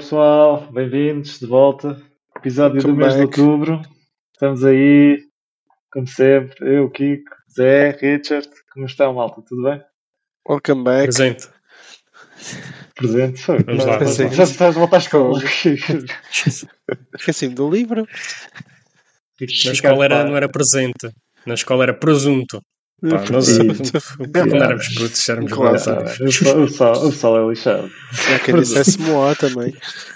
pessoal, bem-vindos de volta. Episódio do Welcome mês de back. outubro. Estamos aí, como sempre, eu, Kiko, Zé, Richard. Como está, malta? Tudo bem? Welcome back. Presente. Presente? Foi. Vamos lá, vamos lá. Já estás a voltar à escola. Esqueci-me do livro. Na escola não era presente. Na escola era presunto. Pá, nós quando éramos putos, éramos Claro. voluntários. O pessoal é lixado. Já quem dissesse Moá também.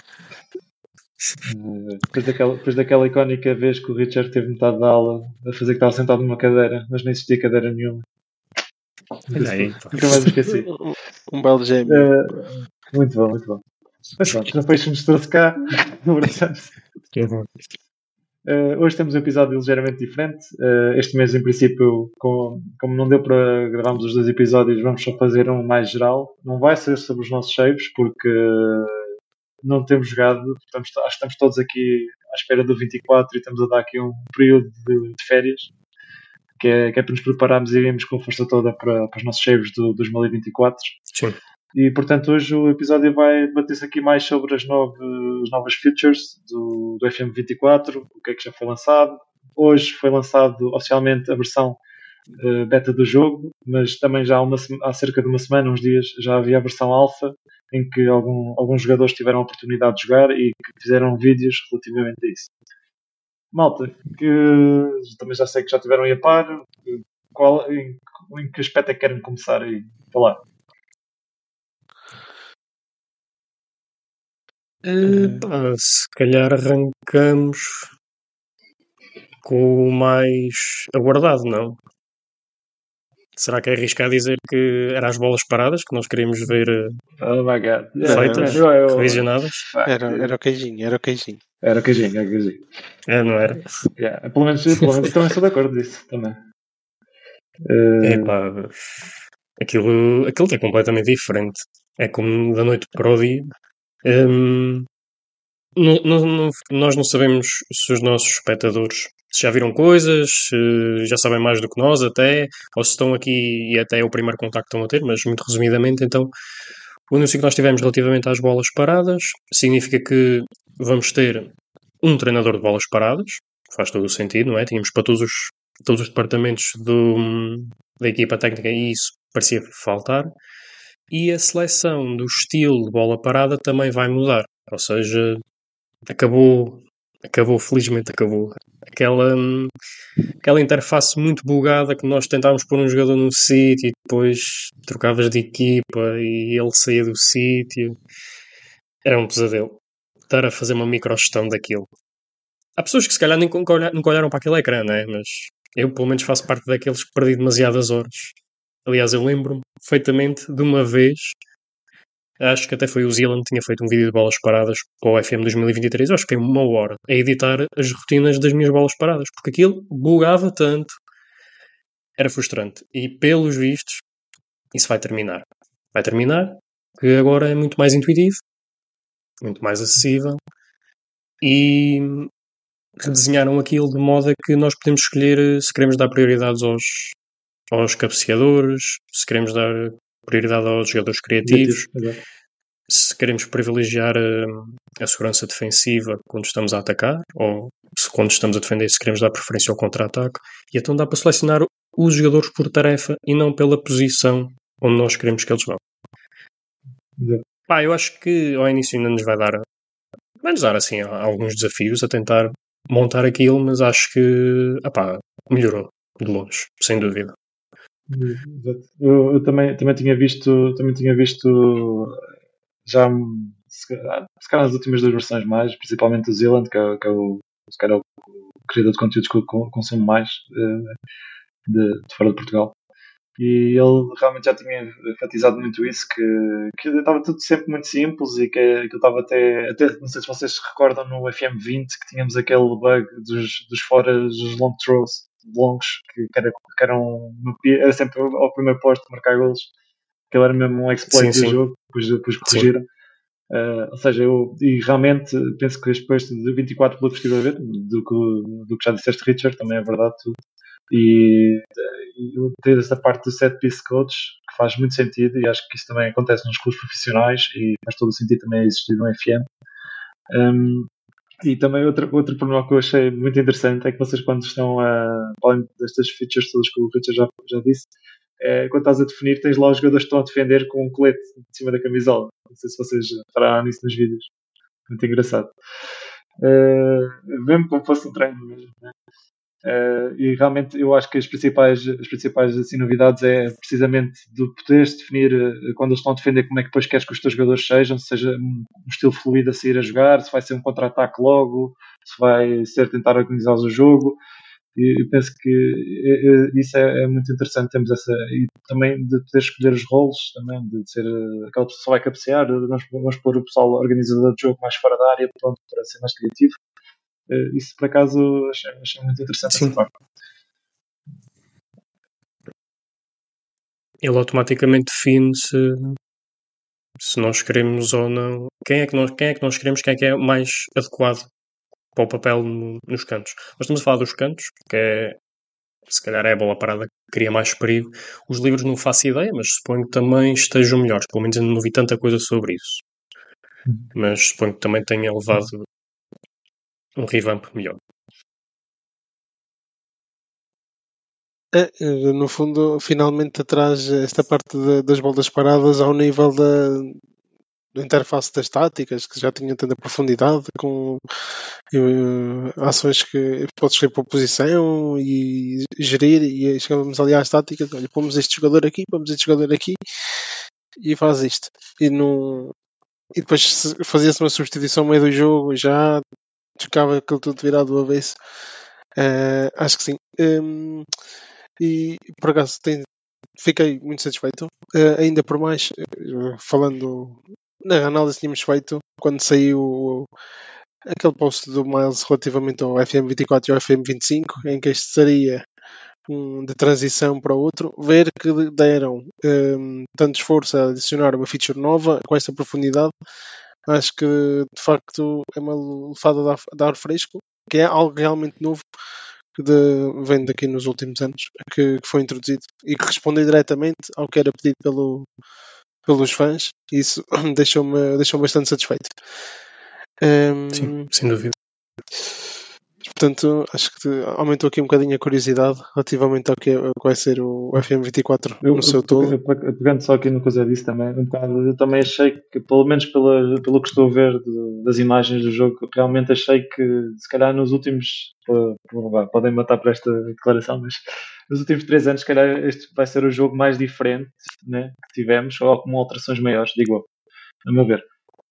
Depois daquela icónica vez que o Richard teve metade da aula a fazer que estava sentado numa cadeira, mas nem existia cadeira nenhuma. Olha aí, pá. Nunca mais me esqueci. Um belo gêmeo. Muito bom, muito bom. Mas pronto, não foi mostrou-se cá. Hoje temos um episódio ligeiramente diferente. Este mês, em princípio, como não deu para gravarmos os dois episódios, vamos só fazer um mais geral. Não vai ser sobre os nossos saves, porque não temos jogado. Acho que estamos todos aqui à espera do 24 e estamos a dar aqui um período de férias, que é para nos prepararmos e irmos com força toda para os nossos saves do 2024. Sim. E, portanto, hoje o episódio vai bater-se aqui mais sobre as novas features do FM24, o que é que já foi lançado. Hoje foi lançado oficialmente a versão beta do jogo, mas também já há cerca de uma semana, uns dias, já havia a versão alpha, em que alguns jogadores tiveram a oportunidade de jogar e que fizeram vídeos relativamente a isso. Malta, que também já sei que já tiveram aí a par, em que aspecto é que querem começar aí a falar? Se calhar arrancamos com o mais aguardado, não? Será que é arriscado dizer que era as bolas paradas que nós queríamos ver Oh my god. feitas, revisionadas? Era o queijinho. Era o queijinho. Não era? Yeah. Pelo menos também sou de acordo disso. Também. Epá, aquilo é completamente diferente. É como da noite para o dia. Nós não sabemos se os nossos espectadores se já viram coisas, se já sabem mais do que nós até, ou se estão aqui e até é o primeiro contacto que estão a ter, mas muito resumidamente, então, o anúncio que nós tivemos relativamente às bolas paradas significa que vamos ter um treinador de bolas paradas, faz todo o sentido, não é? Tínhamos para todos os departamentos da equipa técnica e isso parecia faltar, e a seleção do estilo de bola parada também vai mudar, ou seja, felizmente acabou. Aquela interface muito bugada que nós tentávamos pôr um jogador num sítio e depois trocavas de equipa e ele saía do sítio. Era um pesadelo. Estar a fazer uma microgestão daquilo. Há pessoas que se calhar nunca olharam para aquele ecrã, não é? Mas eu pelo menos faço parte daqueles que perdi demasiadas horas. Aliás, eu lembro-me perfeitamente de uma vez, acho que até foi o Zealand que tinha feito um vídeo de bolas paradas para o FM 2023, acho que foi 1 hora, a editar as rotinas das minhas bolas paradas, porque aquilo bugava tanto, era frustrante. E pelos vistos, isso vai terminar. Vai terminar, que agora é muito mais intuitivo, muito mais acessível, e redesenharam aquilo de modo a que nós podemos escolher se queremos dar prioridades aos cabeceadores, se queremos dar prioridade aos jogadores criativos, se queremos privilegiar a segurança defensiva quando estamos a atacar, ou se quando estamos a defender, se queremos dar preferência ao contra-ataque. E então dá para selecionar os jogadores por tarefa e não pela posição onde nós queremos que eles vão. Eu acho que ao início ainda nos vai dar assim alguns desafios a tentar montar aquilo, mas acho que melhorou de longe, sem dúvida. Eu também tinha visto já se calhar nas últimas 2 versões mais, principalmente o Zealand, que é o criador de conteúdos que eu consumo mais de fora de Portugal. E ele realmente já tinha enfatizado muito isso, que estava tudo sempre muito simples e que eu estava até não sei se vocês se recordam no FM20 que tínhamos aquele bug dos foras, dos long throws longos, que era sempre ao primeiro posto marcar golos, que era mesmo um exploit do jogo, depois corrigiram. Ou seja, e realmente penso que depois de 24 pelo que estive a ver, do que já disseste, Richard, também é verdade tudo. E ter essa parte do set piece coach que faz muito sentido, e acho que isso também acontece nos clubes profissionais e faz todo o sentido também existir no FM. E também outro pormenor que eu achei muito interessante é que vocês, quando estão além destas features todas que o Richard já disse, quando estás a definir, tens lá os jogadores que estão a defender com um colete de cima da camisola. Não sei se vocês repararam nisso nos vídeos. Muito engraçado. Mesmo como fosse um treino mesmo. Né? E realmente eu acho que as principais assim, novidades é precisamente de poderes definir quando eles estão a defender como é que depois queres que os teus jogadores sejam, se seja um estilo fluido a sair a jogar, se vai ser um contra-ataque logo, se vai ser tentar organizar o jogo. E eu penso que isso é muito interessante. Temos essa, e também de poder escolher os roles, também de ser aquela pessoa que só vai cabecear, vamos pôr o pessoal organizador de jogo mais fora da área, pronto, para ser mais criativo. Isso por acaso achei muito interessante. Sim. Essa parte. Ele automaticamente define se nós queremos ou não. Quem é que nós queremos, quem é que é mais adequado para o papel nos cantos. Nós estamos a falar dos cantos, que se calhar é a bola parada que cria mais perigo. Os livros não faço ideia, mas suponho que também estejam melhores. Pelo menos ainda não vi tanta coisa sobre isso. Mas suponho que também tenha levado um revamp melhor. No fundo, finalmente traz esta parte das bolas paradas ao nível da interface das táticas, que já tinha tanta profundidade, com ações que podes escolher por posição e gerir, e chegávamos ali às táticas, olha, pomos este jogador aqui, e faz isto. E depois fazia-se uma substituição no meio do jogo, já ficava aquilo tudo virado do avesso. Acho que sim. E por acaso fiquei muito satisfeito, ainda por mais, falando na análise que tínhamos feito quando saiu aquele post do Miles relativamente ao FM24 e ao FM25, em que este seria de transição para o outro, ver que deram tanto esforço a adicionar uma feature nova com esta profundidade, acho que de facto é uma lefada de ar fresco, que é algo realmente novo que vem daqui nos últimos anos, que foi introduzido e que respondeu diretamente ao que era pedido pelos fãs. Isso deixou-me bastante satisfeito. Sim, sem dúvida. Portanto, acho que aumentou aqui um bocadinho a curiosidade relativamente ao que vai ser o FM24 no seu todo. Pegando só aqui no coisa disso também, eu também achei que, pelo menos pelo que estou a ver das imagens do jogo, realmente achei que, se calhar nos últimos, podem matar por esta declaração, mas nos últimos 3 anos, se calhar este vai ser o jogo mais diferente, né, que tivemos, ou com alterações maiores, digo eu, a meu ver.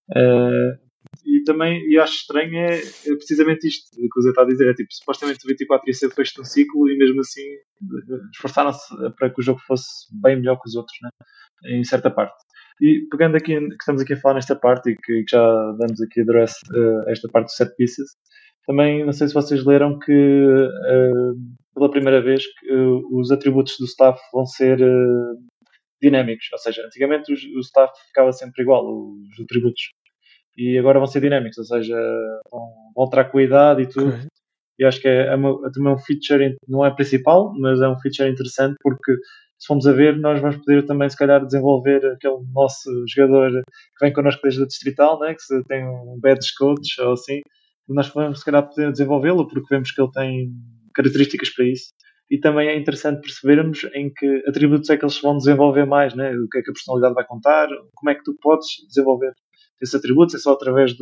E também acho estranho é precisamente isto que o Zé está a dizer, é tipo, supostamente o 24 ia ser depois de um ciclo e mesmo assim esforçaram-se para que o jogo fosse bem melhor que os outros, né? Em certa parte. E pegando aqui, que estamos aqui a falar nesta parte e que já damos aqui address esta parte dos set pieces, também não sei se vocês leram que pela primeira vez que os atributos do staff vão ser dinâmicos, ou seja, antigamente o staff ficava sempre igual, os atributos, e agora vão ser dinâmicos, ou seja, vão ter cuidado e tudo. Okay. E acho que também um feature, não é principal, mas é um feature interessante porque se formos a ver, nós vamos poder também se calhar desenvolver aquele nosso jogador que vem connosco desde a Distrital, né, que se tem um badge coach ou assim, nós vamos se calhar poder desenvolvê-lo porque vemos que ele tem características para isso. E também é interessante percebermos em que atributos é que eles vão desenvolver mais, né? O que é que a personalidade vai contar, como é que tu podes desenvolver esses atributos, é só através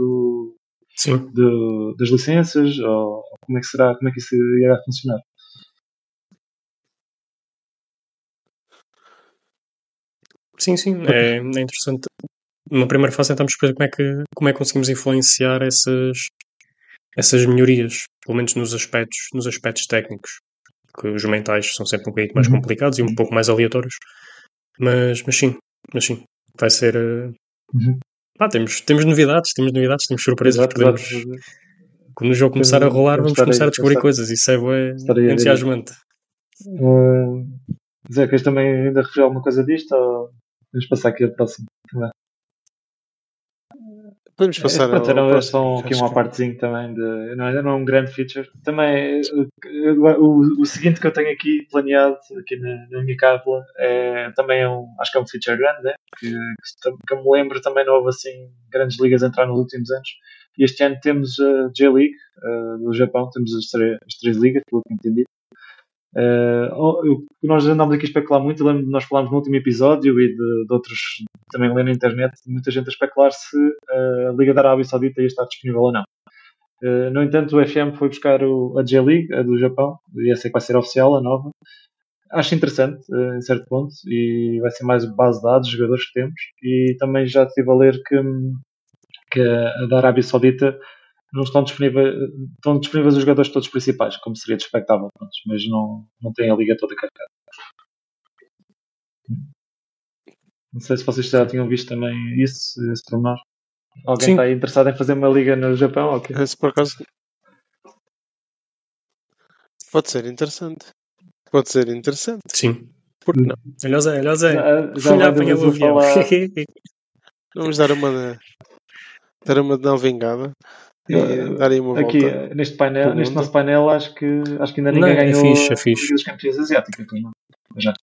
das licenças, ou como é que será, como é que isso irá funcionar? Sim, é interessante. Numa primeira fase tentamos perceber como é que conseguimos influenciar essas melhorias, pelo menos nos aspectos técnicos, que os mentais são sempre um bocadinho mais complicados e um pouco mais aleatórios, mas sim, vai ser... temos novidades, temos surpresas. Quando o jogo começar a rolar, vamos começar a descobrir coisas. Isso é entusiasmante. Zé, queres também ainda referir alguma coisa disto? Ou vamos passar aqui ao próximo? Podemos passar ao próximo. Só aqui uma partezinha também. Não é um grande feature. Também, o seguinte que eu tenho aqui planeado aqui na minha cábula também acho que é um feature grande, né? que eu me lembro também não houve assim grandes ligas a entrar nos últimos anos, E este ano temos a J-League do Japão, temos as três ligas, pelo que entendi. Nós andámos aqui a especular muito. Eu lembro de nós falámos no último episódio e de outros também lendo na internet, muita gente a especular se a Liga da Arábia Saudita ia estar disponível ou não. No entanto, o FM foi buscar a J-League, a do Japão, e essa é que vai ser oficial, a nova. Acho interessante, em certo ponto, e vai ser mais base de dados, jogadores que temos. E também já estive a ler que a da Arábia Saudita não estão disponíveis os jogadores todos principais, como seria de expectável, mas não tem a liga toda carregada. Não sei se vocês já tinham visto também esse pormenor. Alguém Sim. está aí interessado em fazer uma liga no Japão? Okay. Esse, por acaso, pode ser interessante. Sim. Por que não? Olha o Zé. Já vai apanhar o avião. Vamos dar uma de não vingada e dar aí uma aqui, volta. neste nosso painel, acho que ainda ninguém ganhou é a fixe. Liga dos Campeões Asiática. Então, não. Já.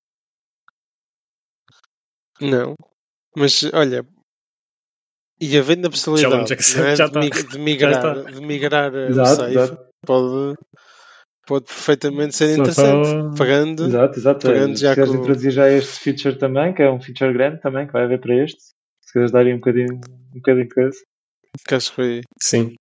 Não. Mas, olha, e havendo a possibilidade de migrar o save, pode perfeitamente ser interessante. Pagando. Exato. Pagando já se queres introduzir já este feature também, que é um feature grande também, que vai haver para este. Se queres dar aí um bocadinho de coisa. Que acho que foi. Sim.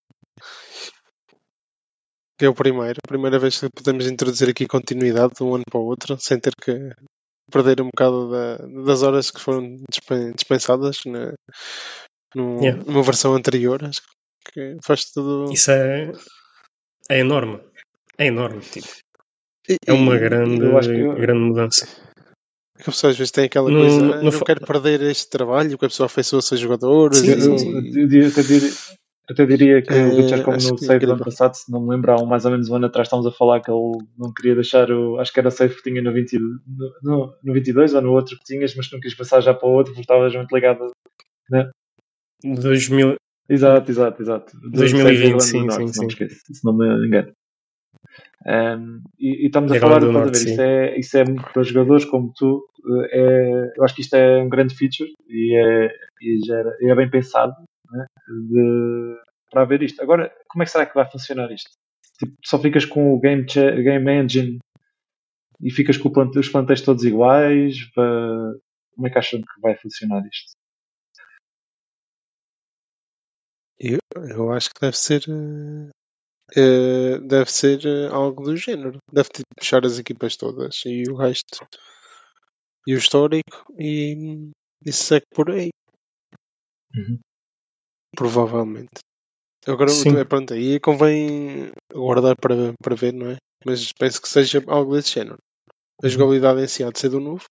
Que é a primeira vez que podemos introduzir aqui continuidade de um ano para o outro, sem ter que perder um bocado das horas que foram dispensadas numa versão anterior. Acho que faz tudo. Isso é enorme. É enorme, tipo. É uma grande mudança. Que a pessoa às vezes tem aquela coisa, não quero perder este trabalho que a pessoa afeiçoou-se a jogadores. Eu até diria que o Witcher, como no save do ano passado, se não me lembro, há mais ou menos um ano atrás estávamos a falar que ele não queria deixar acho que era o save que tinha no 22 ou no outro que tinhas, mas não quis passar já para o outro porque estavas muito ligado, né? 2000. Exato. 2020, sim. Não me esqueço, se não me engano. E estamos a falar de isso é para jogadores como tu, eu acho que isto é um grande feature e é bem pensado, né, para haver isto. Agora, como é que será que vai funcionar isto? Tipo, só ficas com o Game Engine e ficas com os plantéis todos iguais? Como é que acham que vai funcionar isto? Eu acho que deve ser algo do género. Deve puxar as equipas todas e o resto e o histórico e segue por aí. Provavelmente. Agora, pronto, aí convém aguardar para ver, não é? Mas penso que seja algo desse género. A jogabilidade em si há de ser do novo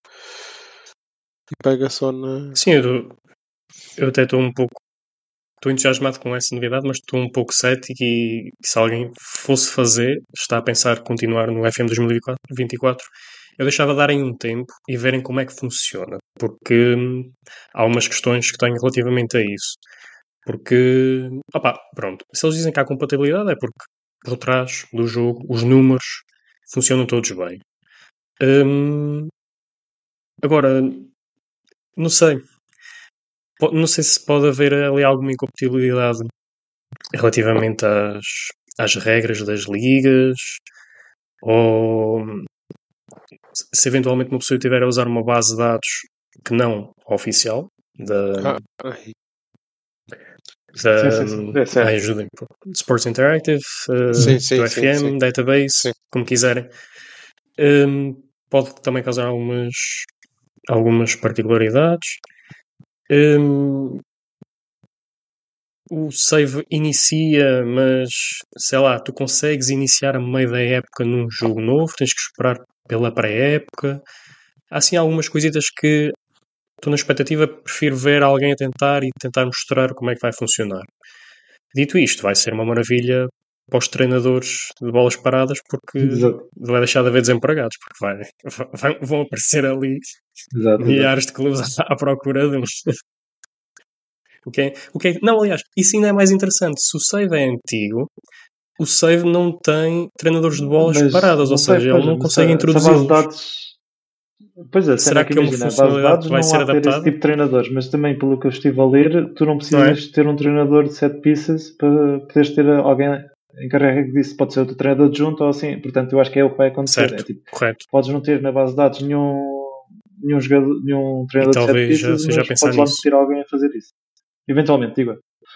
e pega só na. Sim, eu até estou um pouco. Estou entusiasmado com essa novidade, mas estou um pouco cético e se alguém fosse fazer, está a pensar continuar no FM 2024, eu deixava darem um tempo e verem como é que funciona, porque há umas questões que tenho relativamente a isso. Porque, pronto, se eles dizem que há compatibilidade é porque por trás do jogo os números funcionam todos bem. Agora, não sei se pode haver ali alguma incompatibilidade relativamente às regras das ligas, ou se eventualmente uma pessoa estiver a usar uma base de dados que não oficial ajudem, Sports Interactive, do FM, Database, como quiserem, pode também causar algumas particularidades. O save inicia, mas sei lá, tu consegues iniciar a meio da época num jogo novo, tens que esperar pela pré-época. Há assim algumas coisitas que estou na expectativa, prefiro ver alguém a tentar mostrar como é que vai funcionar. Dito isto, vai ser uma maravilha para os treinadores de bolas paradas, porque vai deixar de haver desempregados, porque vão aparecer ali milhares de clubes à procura de uns. Não, aliás, isso ainda é mais interessante. Se o save é antigo, o save não tem treinadores de bolas paradas, ou seja, ele não consegue introduzir. Pois é, Será será que que é uma imagina, a base de funcionalidade dados que vai não ser há de ter esse adaptada? tipo de treinadores, mas também pelo que eu estive a ler, tu não Não é? precisas ter um treinador de set pieces para poderes ter alguém encarregue disso, pode ser outro treinador adjunto ou assim, portanto eu acho que é o que vai acontecer. É Certo, tipo, correto. podes não ter na base de dados nenhum, jogador, nenhum E treinador de set talvez já pieces, seja a mas pensar podes lá nisso. meter alguém a fazer isso. Eventualmente, digo.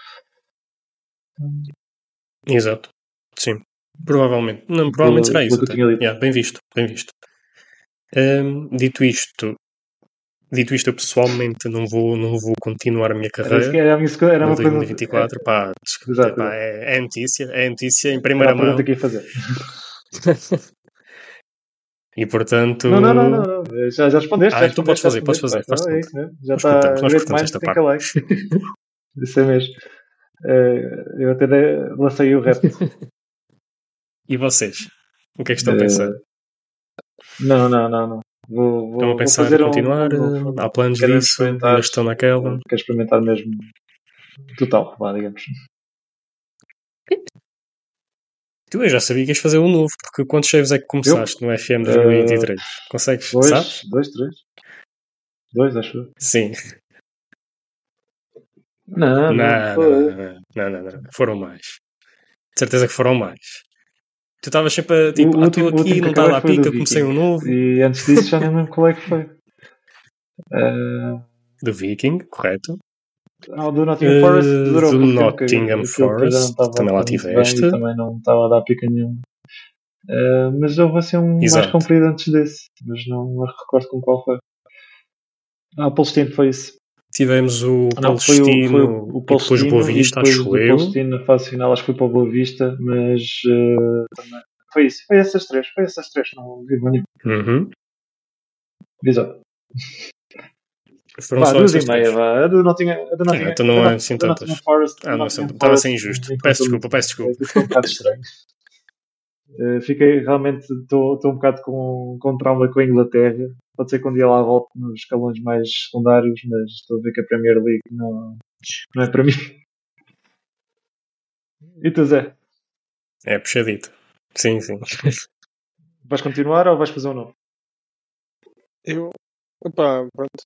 Exato. Sim. Provavelmente. Não, provavelmente será Pelo isso que eu até. tinha lido. Yeah, bem visto, bem visto. Dito isto, eu pessoalmente não vou continuar a minha Era isso carreira que era a minha segunda, era para uma pergunta. 2024. Pá, Exato, pá, exato. é notícia em Era primeira a pergunta mão. que ia fazer. E portanto. Não, não, não, não, não. Já respondeste, já Então podes respondeste, já fazer, podes respondeste. Pá. fazer, faz Então é conta. isso mesmo. Já está Nós great cortamos minds esta think parte. alike. Isso é mesmo. Eu até lancei o rap. E vocês? O que é que estão a pensar? Eh, não, não, não, não. Estão a Vou pensar em fazer continuar? um novo. Há planos Quero mesmo disso? experimentar. Ainda estão naquela? Quero experimentar mesmo total, vá, digamos. Tu, eu já sabia que ias fazer um novo, porque quantos saves é que Eu? começaste no FM 2023? Consegues? Sabes? Dois, três. Dois, acho eu. Sim. Não, não. Não, não, não, não, não, não, não. Foram mais. De certeza que foram mais. Tu estavas sempre a, tipo, estou O último aqui, que não está a acabei dar foi o do pica, comecei Viking. um novo. E antes disso já nem lembro qual é que foi. Uh, Do Viking, correto. o do Nottingham Forest durou Do pouco tempo, que Nottingham aquilo depois já não Forest, estava a também lá correr muito bem tiveste. e também não estava a dar pica nenhuma. Mas houve assim um mais Exato. comprido antes desse, mas não me recordo com qual foi. O Palestino foi isso. Tivemos o Não, foi Palestino o e depois o Boa Palestino e Vista, depois acho do eu. Palestino na fase final acho que foi para o Boa Vista, mas também foi isso, foi essas três, não vi nenhum. Uhum. Exato. Foram Vá, só duas e essas três. meia, vá. Então não é assim A do tantas. Nottingham Forest, Não é assim, estava a ser injusto. Peço desculpa, peço desculpa. ficou um bocado estranho. Fiquei realmente, estou um bocado com trauma com a Inglaterra. Pode ser que um dia lá volte nos escalões mais secundários, mas estou a ver que a Premier League não é para mim. E tu, Zé? É puxadito. Sim, sim. Vais continuar ou vais fazer um novo? Eu, opá, pronto.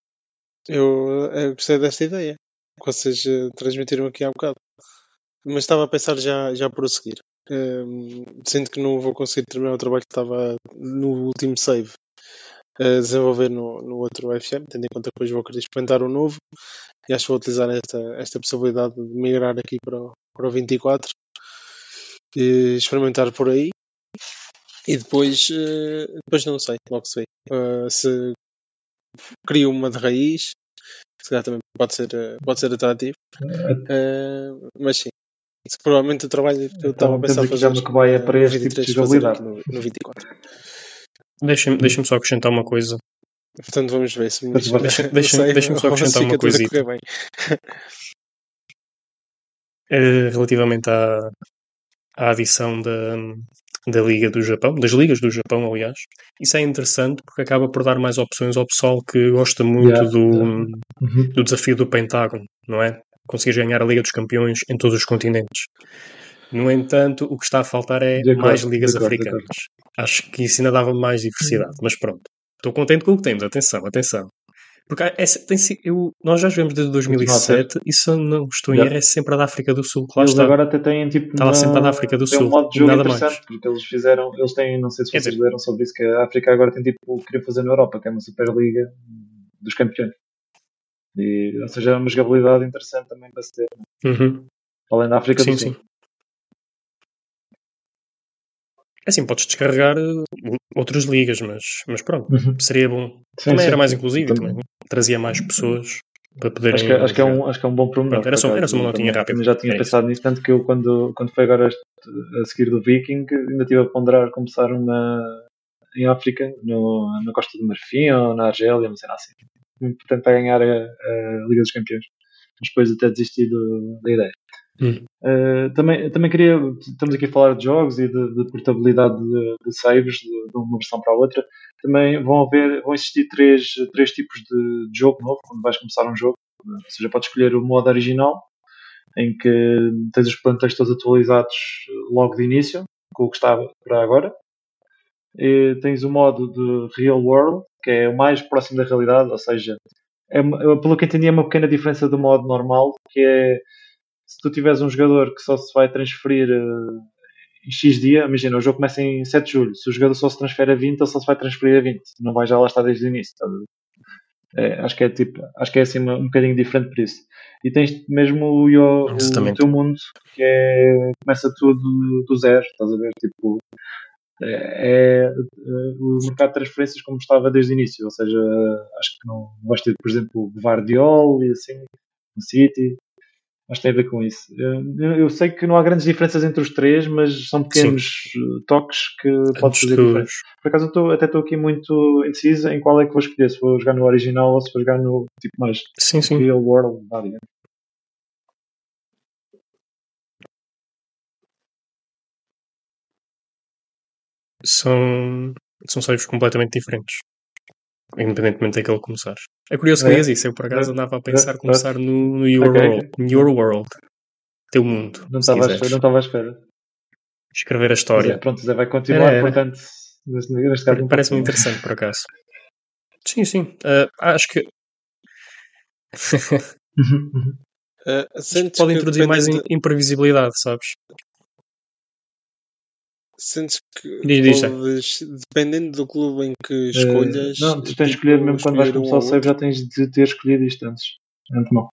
Eu gostei desta ideia que vocês transmitiram aqui há bocado. Mas estava a pensar já prosseguir. Sinto que não vou conseguir terminar o trabalho que estava no último save a desenvolver no outro FM, tendo em conta que depois vou querer experimentar o novo e acho que vou utilizar esta possibilidade de migrar aqui para o 24 e experimentar por aí e depois não sei, logo se vê. Se crio uma de raiz, se calhar também pode ser atrativo. Mas sim, provavelmente o trabalho que eu estava a Então temos pensar aqui já fazer uma cobaia para no este tipo de 23, fazer aqui jogabilidade. no 24. Deixem-me só acrescentar uma coisa. Portanto, vamos ver se me Deixem-me só ou se acrescentar uma fica tudo a coisita. correr bem. Relativamente à adição da Liga do Japão, das Ligas do Japão, aliás. Isso é interessante porque acaba por dar mais opções ao pessoal que gosta muito Yeah. do desafio do Pentágono, não é? Conseguir ganhar a Liga dos Campeões em todos os continentes. No entanto, o que está a faltar é De mais acordo, ligas de acordo, de africanas. acordo. Acho que isso ainda dava mais diversidade, mas pronto. Estou contente com o que temos, atenção, atenção. Porque nós já jogamos desde Continua a ser. 2007 e se eu não estou em erro Yeah. é sempre a da África do Sul que lá Eles está. agora até têm tipo Está lá sempre a da África do tem um Sul modo de e jogo nada mais. interessante, porque eles têm, não sei se Quer vocês dizer, leram sobre isso, que a África agora tem tipo o que queria fazer na Europa, que é uma Superliga dos campeões. Ou seja, é uma jogabilidade interessante também para se ter, uhum. além da África do Sim, Sul. sim. É assim, podes descarregar outras ligas, mas pronto, seria bom. Sim, Também era sim. mais inclusivo e Então, também trazia mais pessoas para poderem acho jogar. que é um bom Pronto, pormenor, era por só acaso. uma notinha rápida. Também já tinha É isso. pensado nisso, tanto que eu, quando foi agora a seguir do Viking, ainda estive a ponderar começar uma em África, na Costa do Marfim ou na Argélia, não sei lá assim. Muito portanto, para ganhar a Liga dos Campeões. Mas depois até desisti da ideia. Também queria, estamos aqui a falar de jogos e de portabilidade de saves de uma versão para a outra. Também vão existir três tipos de jogo novo quando vais começar um jogo. Ou seja, podes escolher o modo original, em que tens os plantéis todos atualizados logo de início, com o que está para agora. E tens o modo de Real World, que é o mais próximo da realidade, ou seja, pelo que entendi é uma pequena diferença do modo normal, que é se tu tiveres um jogador que só se vai transferir em X dia, imagina, o jogo começa em 7 de julho, se o jogador só se transfere a 20, ele só se vai transferir a 20, não vai já lá estar desde o início. Acho que é tipo, acho que é assim um bocadinho diferente por isso. E tens mesmo o teu mundo que começa tudo do zero, estás a ver? Tipo, o mercado de transferências como estava desde o início, ou seja, acho que não vais ter, por exemplo, o Guardiol e assim, no City, acho que tem a ver com isso. Eu sei que não há grandes diferenças entre os três, mas são pequenos toques que pode fazer diferença. Por acaso até estou aqui muito indeciso em qual é que vou escolher, se vou jogar no original ou se vou jogar no tipo mais Real World, digamos. São saves completamente diferentes, independentemente daquele começar. É curioso que digas isso. Eu, por acaso, andava a pensar começar no Your World. Teu mundo. Não estava à espera. Escrever a história. Pronto, Zé vai continuar, portanto, neste caso parece-me interessante, por acaso. Sim. Acho que pode introduzir mais imprevisibilidade, sabes? Sentes que dependendo do clube em que escolhas. Não, tu tens de escolher mesmo quando vais começar o save, já tens de ter escolhido isto antes. Antemão.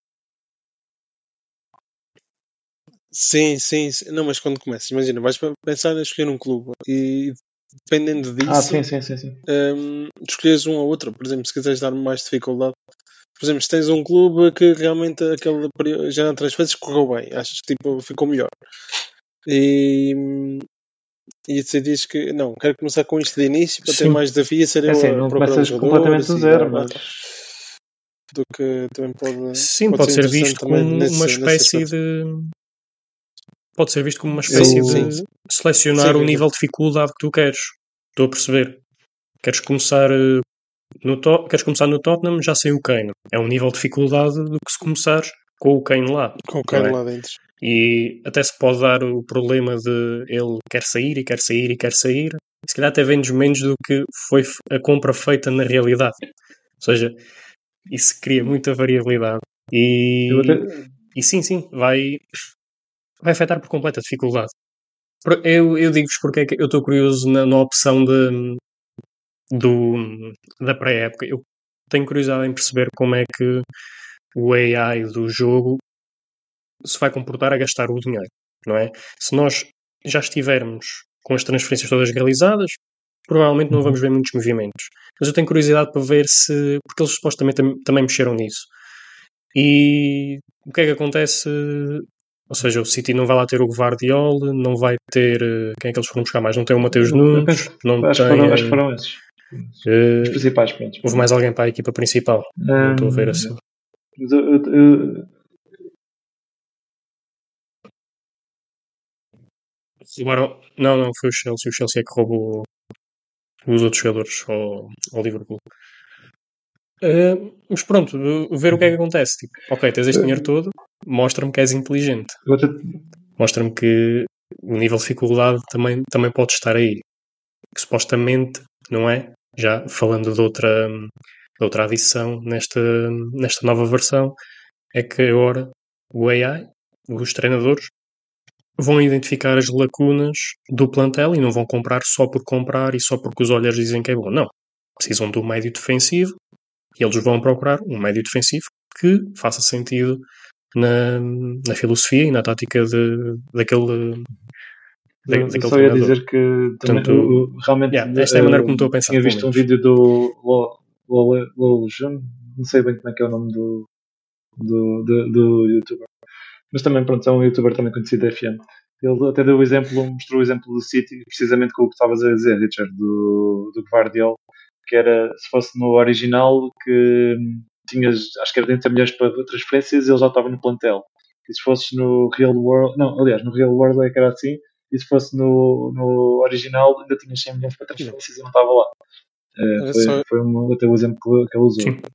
Sim. Não, mas quando começas, imagina, vais pensar em escolher um clube e dependendo disso, escolhes um ou outro. Por exemplo, se quiseres dar mais dificuldade, por exemplo, se tens um clube que realmente aquele período já não vezes correu bem, achas que tipo, ficou melhor. E você diz que não, quero começar com isto de início para ter mais desafio, ser eu a procurar os jogadores completamente do zero, mas do que também pode. Sim, pode ser visto como uma espécie de. Pode ser visto como uma espécie de selecionar o nível de dificuldade que tu queres. Estou a perceber. Queres começar no Tottenham, já sei o Kane. É um nível de dificuldade do que se começares com o Kane lá. Com o Kane lá dentro. E até se pode dar o problema de ele quer sair e quer sair e quer sair. Se calhar até vendes menos do que foi a compra feita na realidade. Ou seja, isso cria muita variabilidade. E sim, vai afetar por completa dificuldade. Eu digo-vos porque é que eu estou curioso na opção da pré-época. Eu tenho curiosidade em perceber como é que o AI do jogo se vai comportar a gastar o dinheiro, não é? Se nós já estivermos com as transferências todas realizadas, provavelmente não vamos ver muitos movimentos. Mas eu tenho curiosidade para ver se... Porque eles supostamente também mexeram nisso. E o que é que acontece? Ou seja, o City não vai lá ter o Guardiol, não vai ter... Quem é que eles foram buscar mais? Não tem o Mateus Nunes, acho que foram esses. Os principais, pronto. Houve mais alguém para a equipa principal? Não estou a ver assim. Não, foi o Chelsea. O Chelsea é que roubou os outros jogadores ao Liverpool. Mas pronto, ver o que é que acontece. Tipo, ok, tens este dinheiro todo, mostra-me que és inteligente. Mostra-me que o nível de dificuldade também pode estar aí. Que supostamente, não é? Já falando de outra adição nesta nova versão, é que agora o AI, os treinadores, vão identificar as lacunas do plantel e não vão comprar só por comprar e só porque os olhos dizem que é bom. Não. Precisam de um médio defensivo e eles vão procurar um médio defensivo que faça sentido na filosofia e na tática daquele eu só ia dizer que portanto, realmente esta é a maneira como estou a pensar. Tinha visto um vídeo do Lojun, não sei bem como é que é o nome do youtuber, mas também pronto, é um youtuber também conhecido da FM. Ele até mostrou o exemplo do City, precisamente com o que estavas a dizer, Richard, do Guardiola, que era, se fosse no original, que tinhas, acho que era 30 milhões para transferências e ele já estava no plantel. E se fosse no Real World, não, aliás, no Real World é que era assim, e se fosse no original ainda tinhas 100 milhões para transferências e não estava lá. Foi até o exemplo que ele usou. Sim.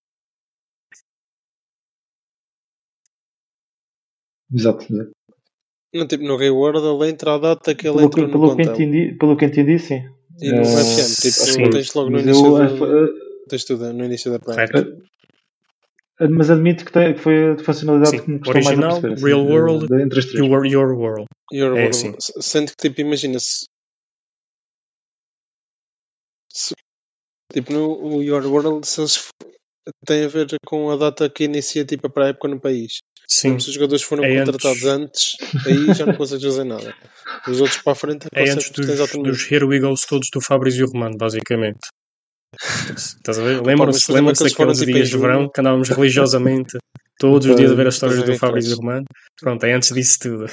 Exato. No Real World ele entra a data que ele entrou no plantel. Pelo que entendi, sim. E no FM, tipo, sim. tens logo no Mas início tens tudo no início da Prime. Correto. Mas admito que foi a funcionalidade Sim, que me custou mais a original, perceber. Real World, entre as três. Your World. Your É World. assim. Sendo que, tipo, imagina-se. Tipo, no Your World, se eles tem a ver com a data que inicia tipo, para a época no país. Sim. Mesmo se os jogadores foram É contratados antes, aí já não consegues fazer nada. Os outros para a frente É antes dos Here We Goes todos do Fabrizio Romano, basicamente. Estás a ver? Lembram-se daqueles tipo, dias de verão que andávamos religiosamente todos os dias a ver as histórias do Fabrizio Romano? Pronto, é antes disso tudo.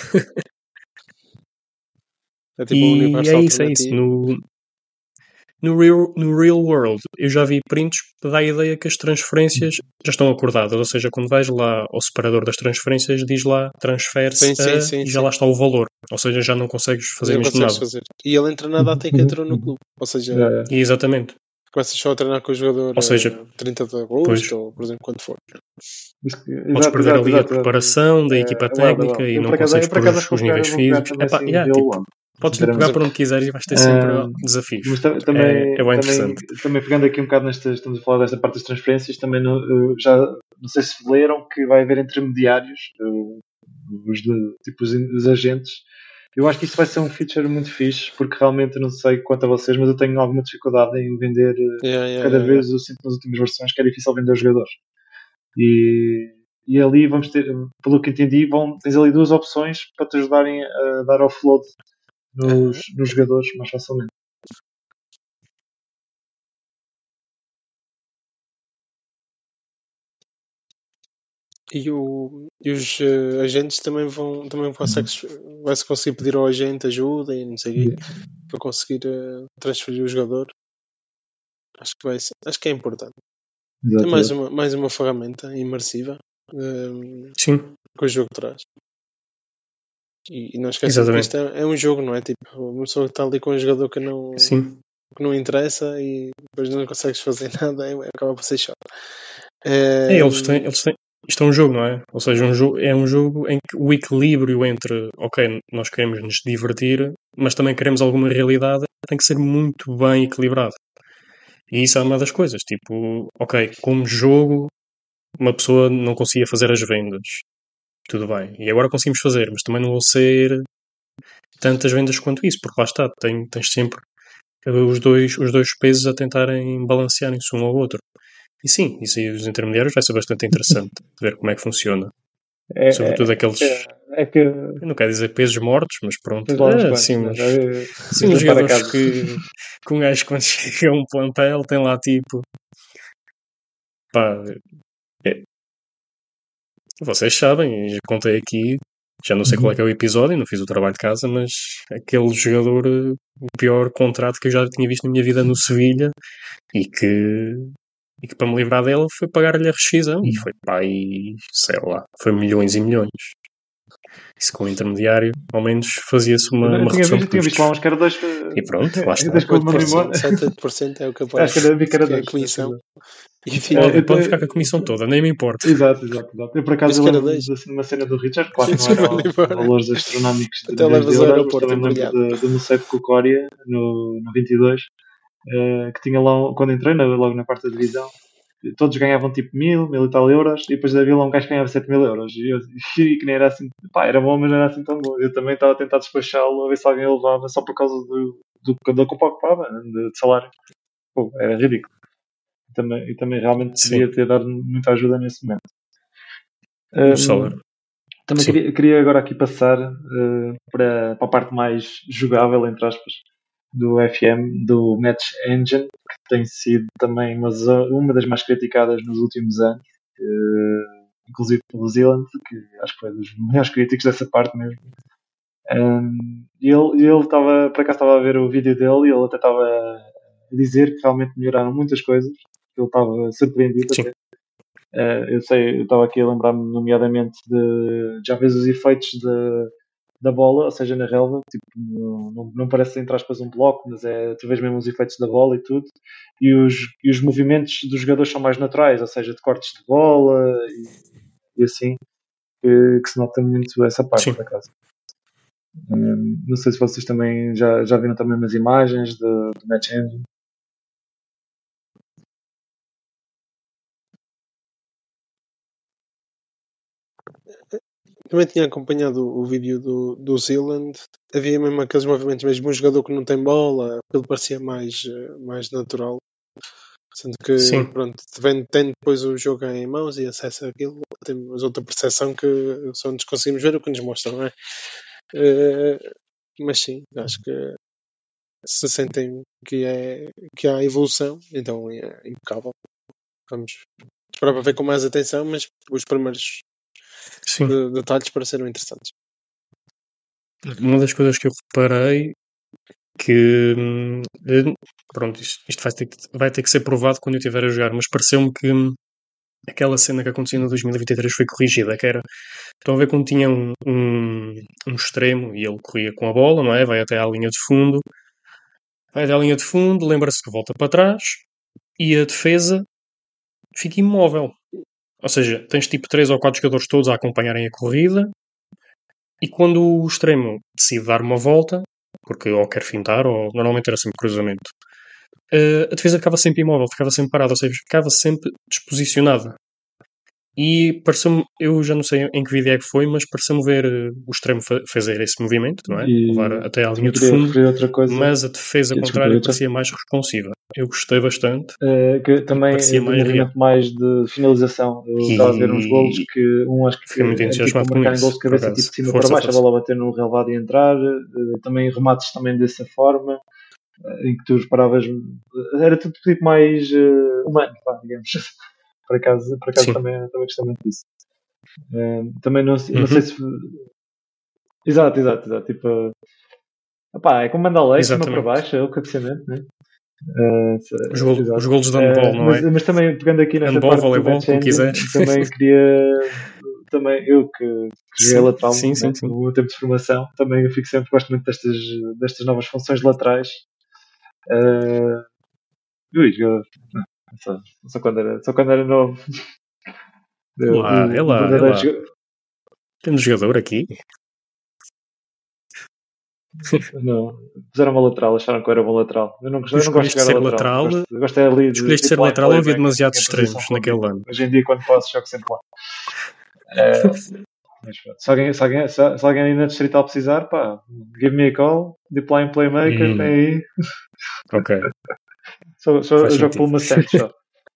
É tipo um universo alternativo. É isso. No real World, eu já vi prints que dá a ideia que as transferências já estão acordadas, ou seja, quando vais lá ao separador das transferências, diz lá transfere-se e já lá está o valor, ou seja, já não consegues fazer mesmo nada. E ele entra na data em que entrou no clube, ou seja, exatamente. Começas só a treinar com o jogador ou seja, 30 de agosto, ou por exemplo, quando for. Podes perder ali a preparação da equipa técnica e não consegues pôr os níveis físicos. Podes pegar por onde quiseres e vais ter sempre desafios. Mas também, é bem interessante. Também pegando aqui um bocado estamos a falar desta parte das transferências, também já não sei se leram que vai haver intermediários, os agentes. Eu acho que isso vai ser um feature muito fixe, porque realmente não sei quanto a vocês, mas eu tenho alguma dificuldade em vender. Cada vez eu sinto nas últimas versões que é difícil vender os jogadores. E ali vamos ter, pelo que entendi, tens ali duas opções para te ajudarem a dar offload nos jogadores mais facilmente. E os agentes também vai-se conseguir pedir ao agente ajuda e não sei o quê, para conseguir transferir o jogador. Acho que é importante. Tem mais uma ferramenta imersiva que o jogo traz. E não esqueçam que isto é um jogo, não é? Tipo, uma pessoa que está ali com um jogador que não interessa e depois não consegues fazer nada, acaba por ser chato. Eles têm. Isto é um jogo, não é? Ou seja, é um jogo em que o equilíbrio entre, ok, nós queremos nos divertir, mas também queremos alguma realidade, tem que ser muito bem equilibrado. E isso é uma das coisas. Tipo, ok, como jogo, uma pessoa não conseguia fazer as vendas. Tudo bem. E agora conseguimos fazer, mas também não vão ser tantas vendas quanto isso, porque lá está, tens sempre os dois pesos a tentarem balancearem-se um ao outro. E sim, isso aí dos intermediários vai ser bastante interessante ver como é que funciona. Sobretudo aqueles. Eu não quero dizer pesos mortos, mas pronto. Sim, os jogadores que um gajo quando chega a um plantel tem lá tipo. Pá. Vocês sabem, já contei aqui, já não sei qual é que é o episódio, não fiz o trabalho de casa, mas aquele jogador, o pior contrato que eu já tinha visto na minha vida no Sevilha, e que para me livrar dele foi pagar-lhe a rescisão e foi sei lá, foi milhões e milhões. Isso com o intermediário, ao menos fazia-se uma redução de custos. Tinha visto lá uns que eram dois. E pronto, lá está. 7% é o que aparece. Acho que era a comissão. Pode ficar com a comissão toda, nem me importa. Exato. Eu por acaso lembro de uma cena do Richard, claro que não eram valores astronómicos de euros, mas também lembro do Moceto Cocória no 22, que tinha lá, quando entrei logo na quarta divisão, todos ganhavam tipo 1000 e tal euros, e depois havia lá um gajo que ganhava 7000 euros, e que nem era assim, era bom, mas não era assim tão bom. Eu também estava a tentar despachá-lo, a ver se alguém o levava só por causa da culpa que pagava, de salário. Pô, era ridículo. E também realmente podia ter dado muita ajuda nesse momento. Também queria agora aqui passar para a parte mais jogável, entre aspas, do FM, do Match Engine, que tem sido também uma das mais criticadas nos últimos anos, inclusive pelo Zealand, que acho que foi dos maiores críticos dessa parte mesmo. E ele estava, por acaso estava a ver o vídeo dele, e ele até estava a dizer que realmente melhoraram muitas coisas. Ele estava surpreendido até. Eu estava aqui a lembrar-me nomeadamente de já vês os efeitos da bola, ou seja, na relva, tipo, não parece entre aspas um bloco, mas tu vês mesmo os efeitos da bola e tudo, e os movimentos dos jogadores são mais naturais, ou seja, de cortes de bola e assim, que se nota muito essa parte, por acaso. Não sei se vocês também já viram também umas imagens do Match Engine. Também tinha acompanhado o vídeo do Zealand. Havia mesmo aqueles movimentos, mesmo um jogador que não tem bola, aquilo parecia mais natural. Sendo que, Sim. pronto, tem depois o jogo em mãos e acesso àquilo, temos outra percepção que só nos conseguimos ver o que nos mostram, não é? Mas sim, acho que se sentem que há evolução, então é impecável. Vamos esperar para ver com mais atenção, mas os primeiros detalhes pareceram interessantes. Uma das coisas que eu reparei que pronto, isto vai ter que ser provado quando eu estiver a jogar, mas pareceu-me que aquela cena que aconteceu no 2023 foi corrigida, que era, estão a ver quando tinha um extremo e ele corria com a bola, não é? Vai até à linha de fundo, lembra-se que volta para trás e a defesa fica imóvel. Ou seja, tens tipo 3 ou 4 jogadores todos a acompanharem a corrida e quando o extremo decide dar uma volta, porque ou quer fintar ou normalmente era sempre cruzamento, a defesa ficava sempre imóvel, ficava sempre parada, ou seja, ficava sempre desposicionada. E pareceu-me, eu já não sei em que vídeo é que foi, mas pareceu-me ver o extremo fazer esse movimento, não é? Levar até à linha de fundo, outra coisa, mas a defesa contrária parecia mais responsiva. Eu gostei bastante. Que também parecia é de movimento mais de finalização. Eu estava a ver uns golos que acho que fiquei muito entusiasmado tipo com marcarem isso, golos de cabeça por tipo de cima Força, para baixo, força. a bola bater no relevado e entrar. Também remates também dessa forma, em que tu reparavas, era tudo tipo mais humano, digamos. Por acaso também gostei muito disso. Também não sei se. Exato. Tipo, é como mandar lei de cima para baixo, é o cabeceamento, né? Os golos de handball, não é? Mas também pegando aqui nessa handball, parte voleibol, do Match Engine, também queria. Também eu que joguei lateral no meu tempo de formação, também eu fico sempre, gosto muito destas novas funções laterais. Só quando era novo. É lá. Temos jogador aqui. Não, puseram uma lateral, acharam que eu era bom lateral. Eu não gosto de jogar a lateral. Gosto ali de. Escolheste ser lateral ou havia demasiados extremos naquele ano? Hoje em dia, quando posso, jogo sempre lá. Se alguém aí na Distrital precisar, give me a call, deep line playmaker, tem aí. Ok. Eu jogo pelo Macete só.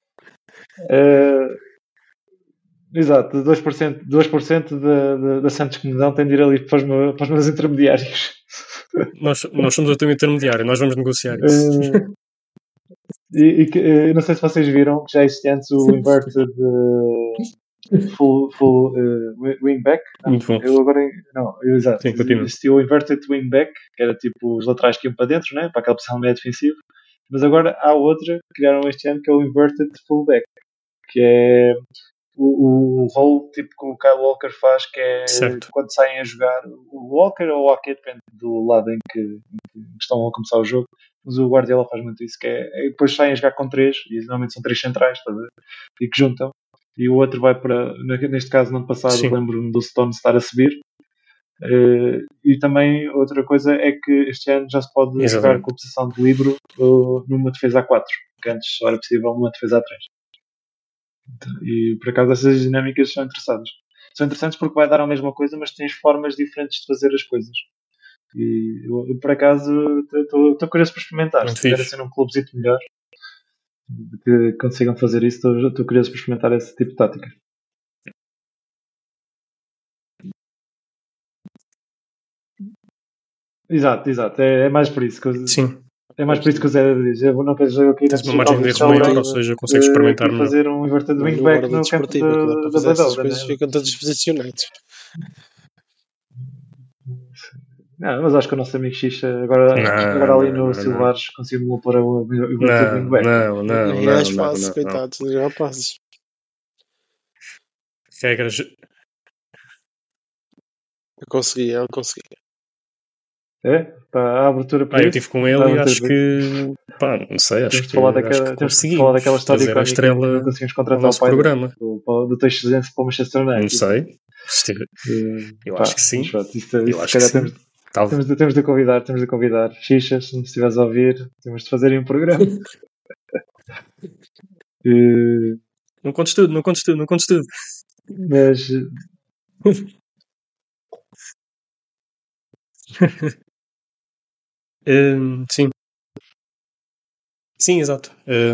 Exato, 2% da Santos que me dão tem de ir ali para os meus intermediários. Nós somos o teu intermediário, nós vamos negociar isso. E não sei se vocês viram que já existia antes o inverted full wingback. Muito bom. Exato. Existia o inverted wingback, que era tipo os laterais que iam para dentro, né? Para aquela posição meio defensiva. Mas agora há outra que criaram este ano que é o inverted fullback, que é o rol tipo que o Kyle Walker faz, que é quando saem a jogar o Walker ou o Ake, depende do lado em que estão a começar o jogo, mas o Guardiola faz muito isso, que é depois saem a jogar com 3, e normalmente são 3 centrais, e que juntam, e o outro vai para, neste caso no ano passado lembro-me do Stone estar a subir. E também outra coisa é que este ano já se pode jogar com a posição de livro numa defesa A4, que antes só era possível numa defesa A3. E por acaso essas dinâmicas são interessantes porque vai dar a mesma coisa, mas tens formas diferentes de fazer as coisas. E eu por acaso estou curioso para experimentar. Se tiver assim num clubezito melhor que consigam fazer isso, estou curioso para experimentar esse tipo de tática. Exato. É mais por isso que é mais por isso que o Zé diz. Eu não quero jogar aqui na uma margem de erro maior, ou seja, consegues experimentar melhor. Fazer um inverted wingback no campo da Badalda. As coisas ficam todas posicionadas. Não, mas acho que o nosso amigo Xixa agora ali no Silvares conseguiu pôr o inverted wingback. Não. É as fases, coitados, dos rapazes. Regras. Eu conseguia. É? A abertura para eu estive com ele e acho que não sei, acho que consegui falar daquela história trazer a estrela não conseguimos contratar o programa do Teixeirense para o Manchester United. Não sei, eu acho que sim. Se calhar Tal. Temos de convidar. Xixas, se nos estiveres a ouvir, temos de fazer um programa. Não contes tudo, não contes tudo, não contes tudo. Mas Sim. Sim, exato.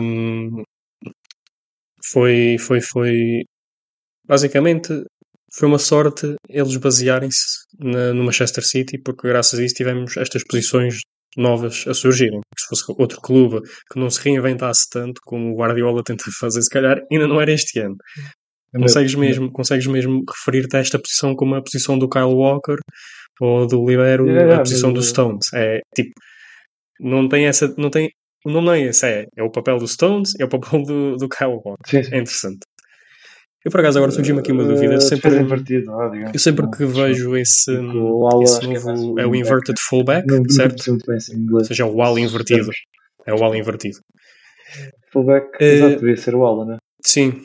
Foi. Basicamente, foi uma sorte eles basearem-se no Manchester City, porque graças a isso tivemos estas posições novas a surgirem. Se fosse outro clube que não se reinventasse tanto como o Guardiola tenta fazer, se calhar ainda não era este ano. Consegues mesmo referir-te a esta posição como a posição do Kyle Walker ou do Libero, a posição do Stones. É tipo, não tem essa. Não tem, o nome não é esse, é o papel do Stones, é o papel do Kyle Walker. sim. É interessante. Eu, por acaso, agora surgiu-me aqui uma dúvida. Eu sempre que vejo esse novo... É o inverted fullback, certo? Muito bem em inglês. Ou seja, o ala invertido. É o ala invertido. Fullback, exato, devia ser o ala, né? Sim.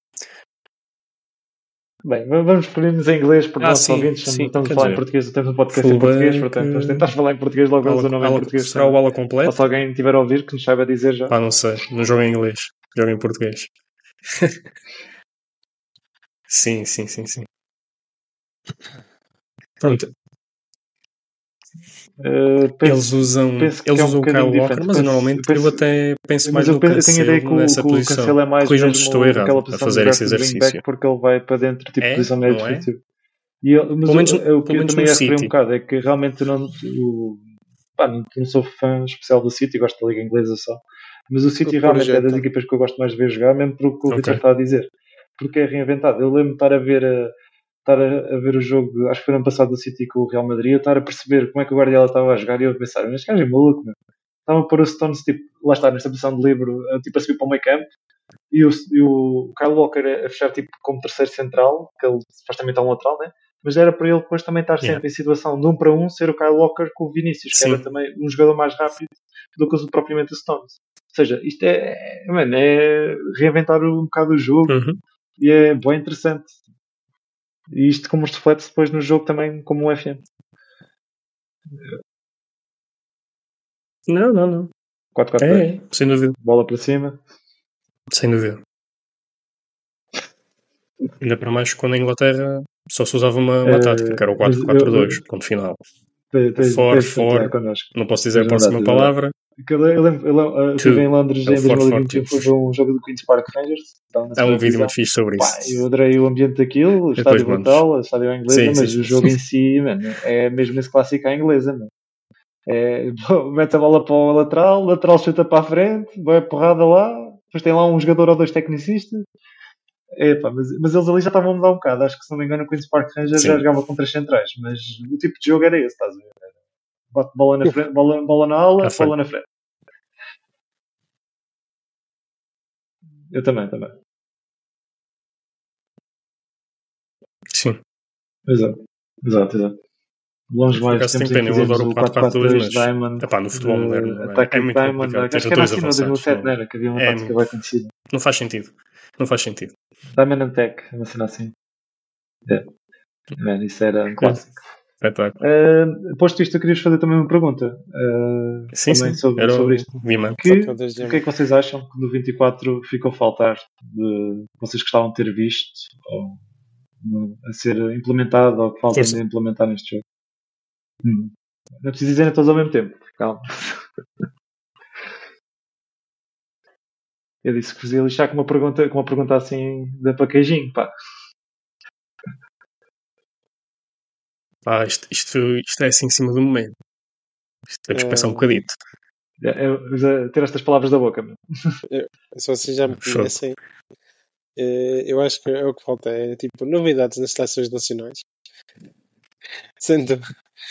Bem, vamos referir-nos em inglês porque nossos ouvintes estamos a falar em português, temos um podcast em português, portanto vamos tentar falar em português, logo vamos o nome em português. Será o ala completo? Ou se alguém tiver a ouvir que nos saiba dizer já. Não sei, não jogo em inglês, jogo em português. Sim. Pronto. Eles usam o Kyle Walker, mas normalmente eu até penso mais no Cancelo nessa posição. Cancelo é mais Corrijam-me se estou errado a fazer esse exercício. Porque ele vai para dentro, tipo, posição média defensiva. Mas o que eu também ia referir um bocado é que realmente não sou fã especial do City, gosto da Liga Inglesa só. Mas o City realmente é das equipas que eu gosto mais de ver jogar, mesmo pelo que o Victor está a dizer. Porque é reinventado. Eu lembro de estar a ver o jogo, acho que foi no ano passado do City com o Real Madrid, eu estar a perceber como é que o Guardiola estava a jogar e eu a pensar, este gajo é maluco, meu. Estava a pôr o Stones, tipo, lá está, nesta posição de livro, tipo, a subir para o meio campo, e o Kyle Walker a fechar, tipo, como terceiro central, que ele supostamente é um lateral, né? Mas era para ele depois também estar sempre em situação de 1 para 1, ser o Kyle Walker com o Vinícius, que era também um jogador mais rápido do que propriamente o Stones. Ou seja, isto é reinventar um bocado o jogo, e é bem interessante. E isto como reflete depois no jogo também como um FM. Não. 4-4-2. Sem dúvida. Bola para cima. Sem dúvida. Ainda para mais quando a Inglaterra só se usava uma tática, que era o 4-4-2, ponto final. For, não posso dizer a próxima palavra. Eu estive em Londres em 2021, fui ver um jogo do Queen's Park Rangers. Há um vídeo muito fixe sobre isso. Eu adorei o ambiente daquilo, o estádio brutal, o estádio é inglês, mas o jogo em si, mano, é mesmo esse clássico à inglesa, mano. Mete a bola para o lateral chuta para a frente, vai a porrada lá, depois tem lá um jogador ou dois tecnicistas. Mas eles ali já estavam a mudar um bocado. Acho que, se não me engano, o Queen's Park Rangers já jogava com 3 centrais, mas o tipo de jogo era esse, estás a ver? Bate bola na frente, bola na ala, bola na frente. Eu também. Sim. Exato. Longe mais de tempos em que fizemos o 4-4-2 Diamond. No futebol moderno é muito Diamond, complicado. Acho que era assim no 2007, não era? Que havia uma tática bem conhecida. Não faz sentido. Diamond and Tech, uma cena assim. Isso era um clássico. Posto isto, eu queria fazer também uma pergunta. Sim. Sobre isto. O que é que vocês acham que no 24 ficou a faltar de vocês gostavam de ter visto ou a ser implementado ou que falta de implementar neste jogo? Não é preciso dizer todos ao mesmo tempo. Calma. Eu disse que vos ia lixar com uma pergunta assim da paquejinho, pá. Isto é assim em cima do momento. Temos que pensar um bocadito. Ter estas palavras da boca. Se vocês já me conhecem, eu acho que é o que falta. É tipo novidades nas seleções nacionais. Sendo.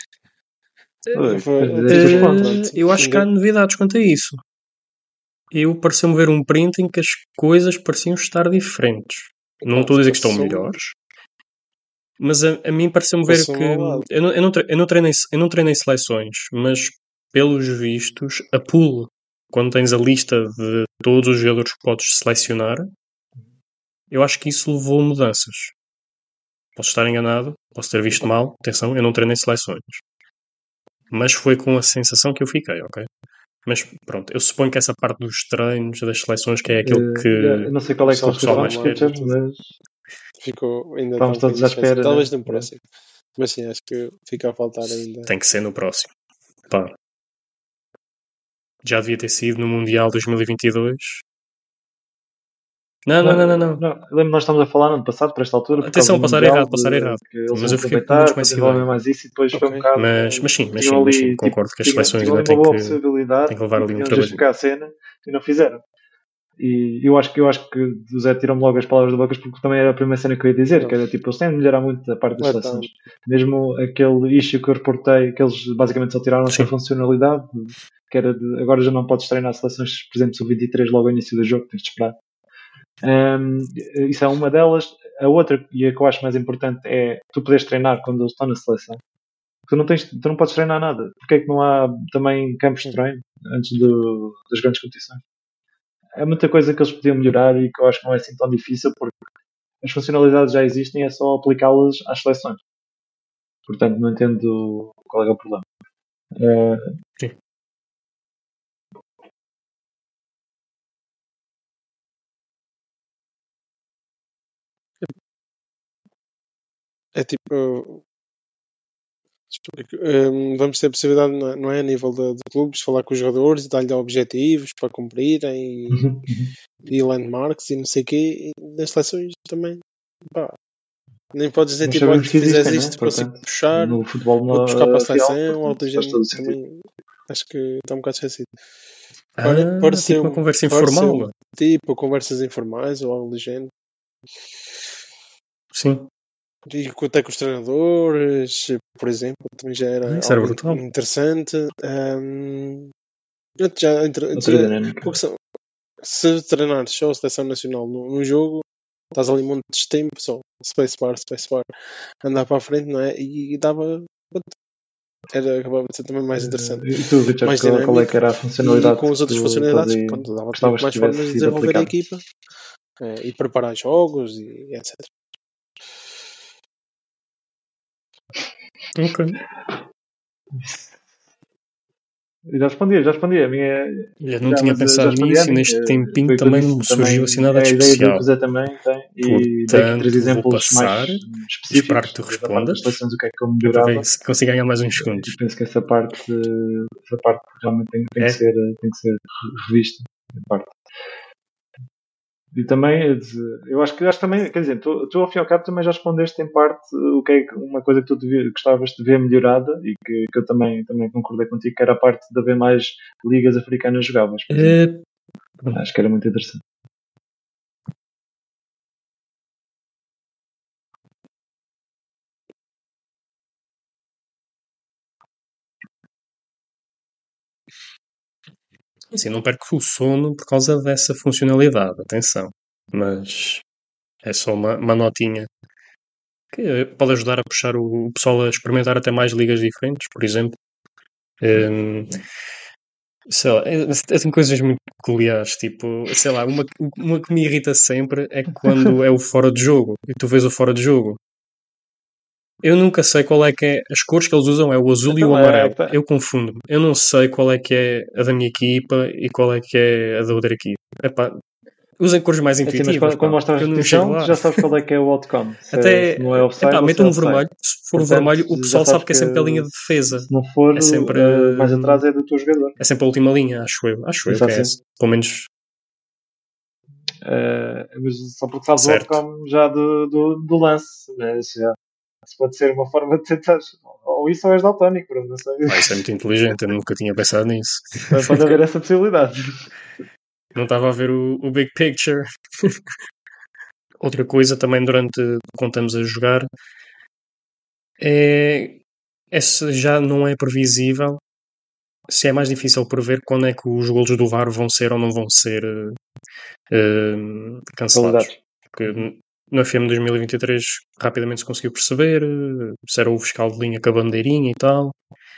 Eu acho que há novidades quanto a isso. Pareceu-me ver um print em que as coisas pareciam estar diferentes. Não estou a dizer que estão melhores, mas a mim pareceu-me ver que eu não treinei seleções, mas pelos vistos a pool, quando tens a lista de todos os jogadores que podes selecionar, eu acho que isso levou a mudanças. Posso estar enganado, posso ter visto mal, atenção, eu não treinei seleções. Mas foi com a sensação que eu fiquei, ok? Mas pronto, eu suponho que essa parte dos treinos, das seleções, que é aquilo que eu não sei qual é que são as pessoal coisas mais mais quer. Richard, mas Ainda estamos está um todos bocadinho à esquecido. espera, Talvez né? no próximo. Mas sim, acho que fica a faltar ainda. Tem que ser no próximo. Pá. Já devia ter sido no Mundial 2022. Não. Eu lembro que nós estamos a falar no ano passado, para esta altura, por causa Atenção, do passar Mundial, errado. que eles Mas iam eu fiquei muito aproveitar com para essa desenvolver ideia. mais isso e depois foi um Ok. bocado. Mas sim, Tinham ali, concordo que as seleções tinham ali ainda uma boa têm possibilidade que levar e ali um podiam trabalho. justificar a cena e não fizeram. E eu acho que o Zé tirou-me logo as palavras da boca porque também era a primeira cena que eu ia dizer, Não. que era tipo, eles têm de melhorar muito a parte das Então, seleções. Mesmo aquele issue que eu reportei, que eles basicamente só tiraram essa Sim. funcionalidade, que era de agora já não podes treinar seleções, por exemplo, sub-23 logo ao início do jogo, tens de esperar. Isso é uma delas. A outra, e a que eu acho mais importante, é tu poderes treinar quando eles estão na seleção. Tu não podes treinar nada. Porque é que não há também campos de treino antes das grandes competições? É muita coisa que eles podiam melhorar e que eu acho que não é assim tão difícil porque as funcionalidades já existem, é só aplicá-las às seleções. Portanto, não entendo qual é o problema. Sim. é tipo. Vamos ter a possibilidade, não é? A nível de clubes, falar com os jogadores, dar-lhe objetivos para cumprirem e landmarks e não sei o quê. E nas seleções também. Pá, nem podes dizer Mas tipo, olha, sabemos se que fizeres existem, isto, né? consigo Portanto, puxar, no futebol vou buscar para a real, seleção, ou portanto, do faz todo género, o sentido. também acho que está um bocado esquecido. Ser Tipo uma conversa informal. tipo conversas informais ou algo do género. Sim. E até com os treinadores, por exemplo, também já era Isso era algo brutal. interessante. Outra dinâmica. Porque se treinares só a seleção nacional num jogo, estás ali um monte de tempo só, spacebar, andar para a frente, não é? E dava. Acabava de ser também mais interessante. E tu, Richard, Mais qual é dinâmico. que era a E funcionalidade com as que outras tu funcionalidades, pronto, dava muito gostavas que mais formas tivesse de sido desenvolver a aplicado? equipa e preparar jogos e etc. Ok. Já respondi. A minha. Eu não tinha pensado respondi a nisso e mim. neste tempinho Foi o que eu também não disse. me Também surgiu assim nada é de a ideia do especial. que o Zé também tem. E dei aqui 3 Portanto, vou exemplos mais passar e esperar específicos que tu da parte das respondas, seleções, o que é que eu que é para melhorava. ver se consigo ganhar mais uns segundos. E penso que essa parte realmente tem É? que ser revista. E também, eu acho que também, quer dizer, tu ao fim e ao cabo também já respondeste em parte o que é uma coisa que tu gostavas de ver melhorada e que eu também concordei contigo, que era a parte de haver mais ligas africanas jogáveis, por exemplo. Acho que era muito interessante. Assim, não perco o sono por causa dessa funcionalidade, atenção. Mas é só uma notinha que pode ajudar a puxar o pessoal a experimentar até mais ligas diferentes, por exemplo. Sei lá, tem coisas muito peculiares, tipo, sei lá, uma que me irrita sempre é quando é o fora de jogo e tu vês o fora de jogo. Eu nunca sei qual é que é. As cores que eles usam é o azul e o Então, amarelo. tá. Eu confundo-me. Eu não sei qual é que é a da minha equipa e qual é que é a da outra equipa. Epá, usem cores mais Assim, mas intuitivas, quando mostra a porque eu não chego repetição, tu lá. já sabes qual é que é o outcome. Até, Se não é offside epá, ou se é metam um offside. vermelho. Se for Portanto, vermelho, o já pessoal sabes sabe que é sempre a linha de defesa. se não for, É sempre, mais atrás é do teu jogador. é sempre a última linha, acho eu. Acho eu Isso que é assim. essa. Pelo menos. Mas só porque sabes Certo. o outcome já do lance. Mas já. Isso pode ser uma forma de tentar. Ou isso ou és daltónico, Bruno, não sei. Isso é muito inteligente, eu nunca tinha pensado nisso. Também pode haver essa possibilidade. Não estava a ver o big picture. Outra coisa também durante quando estamos a jogar é se já não é previsível, se é mais difícil prever quando é que os golos do VAR vão ser ou não vão ser cancelados. Validados. Porque no FM 2023 rapidamente se conseguiu perceber se era o fiscal de linha com a bandeirinha e tal.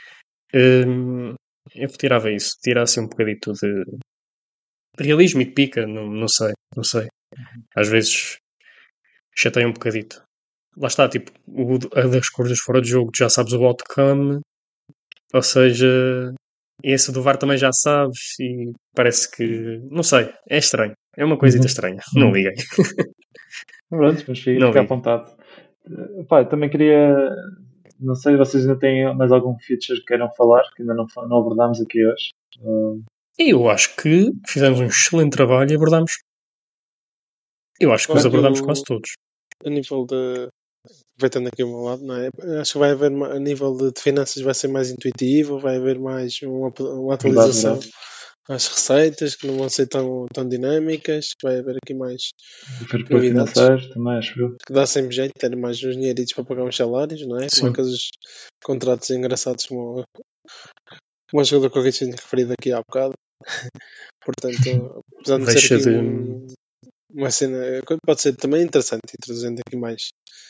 Eu tirava isso, tirasse um bocadito de realismo e de pica, não sei. Às vezes chateia um bocadito. Lá está, tipo, a das cores fora de jogo, tu já sabes o outcome, Ou seja, esse do VAR também já sabes e parece que. Não sei, é estranho. É uma coisita estranha. Não liguei. Pronto, mas Não fica à liguei. vontade. Pá, também queria. Não sei, vocês ainda têm mais algum feature que queiram falar, que ainda não abordámos aqui hoje. E eu acho que fizemos um excelente trabalho e abordámos. Eu acho que os Olha, abordámos quase todos. a nível de. Aproveitando aqui o meu lado, não é? Acho que vai haver, a nível de finanças, vai ser mais intuitivo, vai haver mais uma atualização Verdade. às receitas, que não vão ser tão dinâmicas, que vai haver aqui mais O fair play novidades, financeiro também, acho eu. que dá sempre jeito de ter mais uns dinheiritos para pagar os salários, não é? Com Sim. aqueles contratos engraçados como o jogador que eu tinha referido aqui há bocado. Portanto, apesar de não ser Deixa aqui de. uma cena, pode ser também interessante, introduzendo aqui mais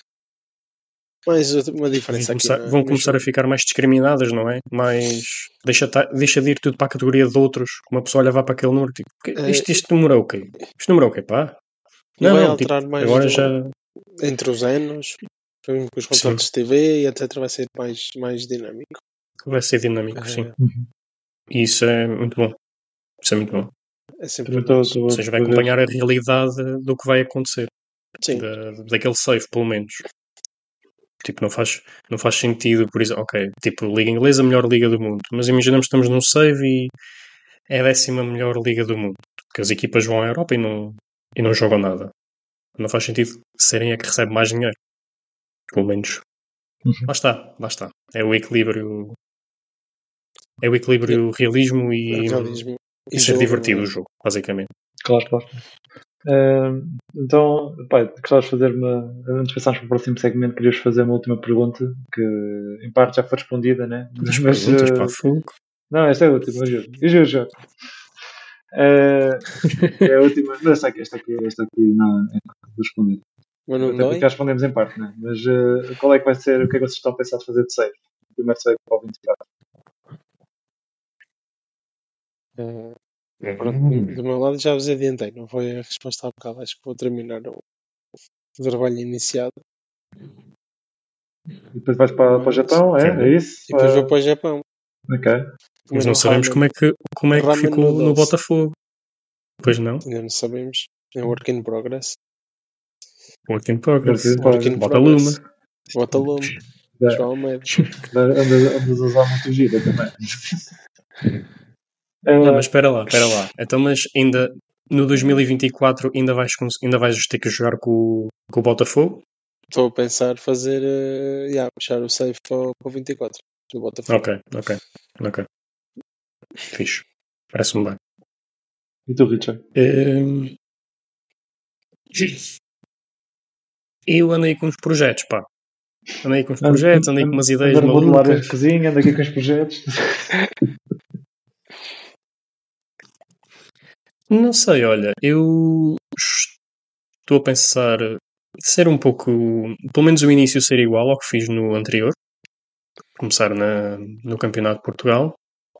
uma diferença aqui Vão no começar a jogo. ficar mais discriminadas, não é? Mais. Deixa de ir tudo para a categoria de outros. Uma pessoa olha para aquele número, tipo, este número é o quê? Este número é o quê, pá? E Não, vai não, tipo, alterar mais agora já. entre os anos, com os Sim, contratos de TV e etc. Vai ser mais dinâmico. vai ser dinâmico, sim. É, E isso é muito bom. Isso é muito bom. é sempre Também mais. Ou seja, vai a ver. acompanhar a realidade do que vai acontecer. Sim, Daquele save, pelo menos. Tipo, não faz sentido, por exemplo, ok, tipo, Liga Inglesa, a melhor liga do mundo. Mas imaginamos que estamos num save e é a 10ª melhor liga do mundo. Porque as equipas vão à Europa e não jogam nada. Não faz sentido serem a que recebe mais dinheiro. Pelo menos. Lá está. É o equilíbrio. É o equilíbrio realismo realismo e ser jogo, divertido não é? o jogo, basicamente. Claro. Então, pá, gostavas de fazer antes de passarmos para o próximo segmento, querias fazer uma última pergunta, que em parte já foi respondida, né? As Mas, perguntas para fogo. não, esta é a última, eu juro. É a última, mas esta aqui não é fácil de responder. Mas não Até porque dói. já respondemos em parte, né? Mas qual é que vai ser, o que é que vocês estão a pensar de fazer de save? O primeiro save para o 24. Pronto, do meu lado já vos adiantei, não foi a resposta há bocado. Acho que vou terminar o trabalho iniciado. E depois vais para o Japão, é isso? E depois vou para o Japão. Ok. Mas Comer não um sabemos ramen. como é que Ramen ficou no noodles. Botafogo. Pois não. Ainda não sabemos. É work in progress. Work in progress. Work in Bota lume. progress. Bota lume. João Almeida. Andas a usar muito gira também. Não, mas espera lá. Então, mas ainda no 2024 ainda vais ter que jogar com o Botafogo? Estou a pensar fazer. Puxar o save para o 24 do Botafogo. Ok. Fixe. Parece-me bem. E tu, Richard? Eu andei com uns projetos, pá. Andei com umas ideias Andar a modelar a malucas. cozinha, ando aqui com os projetos. Não sei, olha, eu estou a pensar ser um pouco, pelo menos o início ser igual ao que fiz no anterior, começar no Campeonato de Portugal,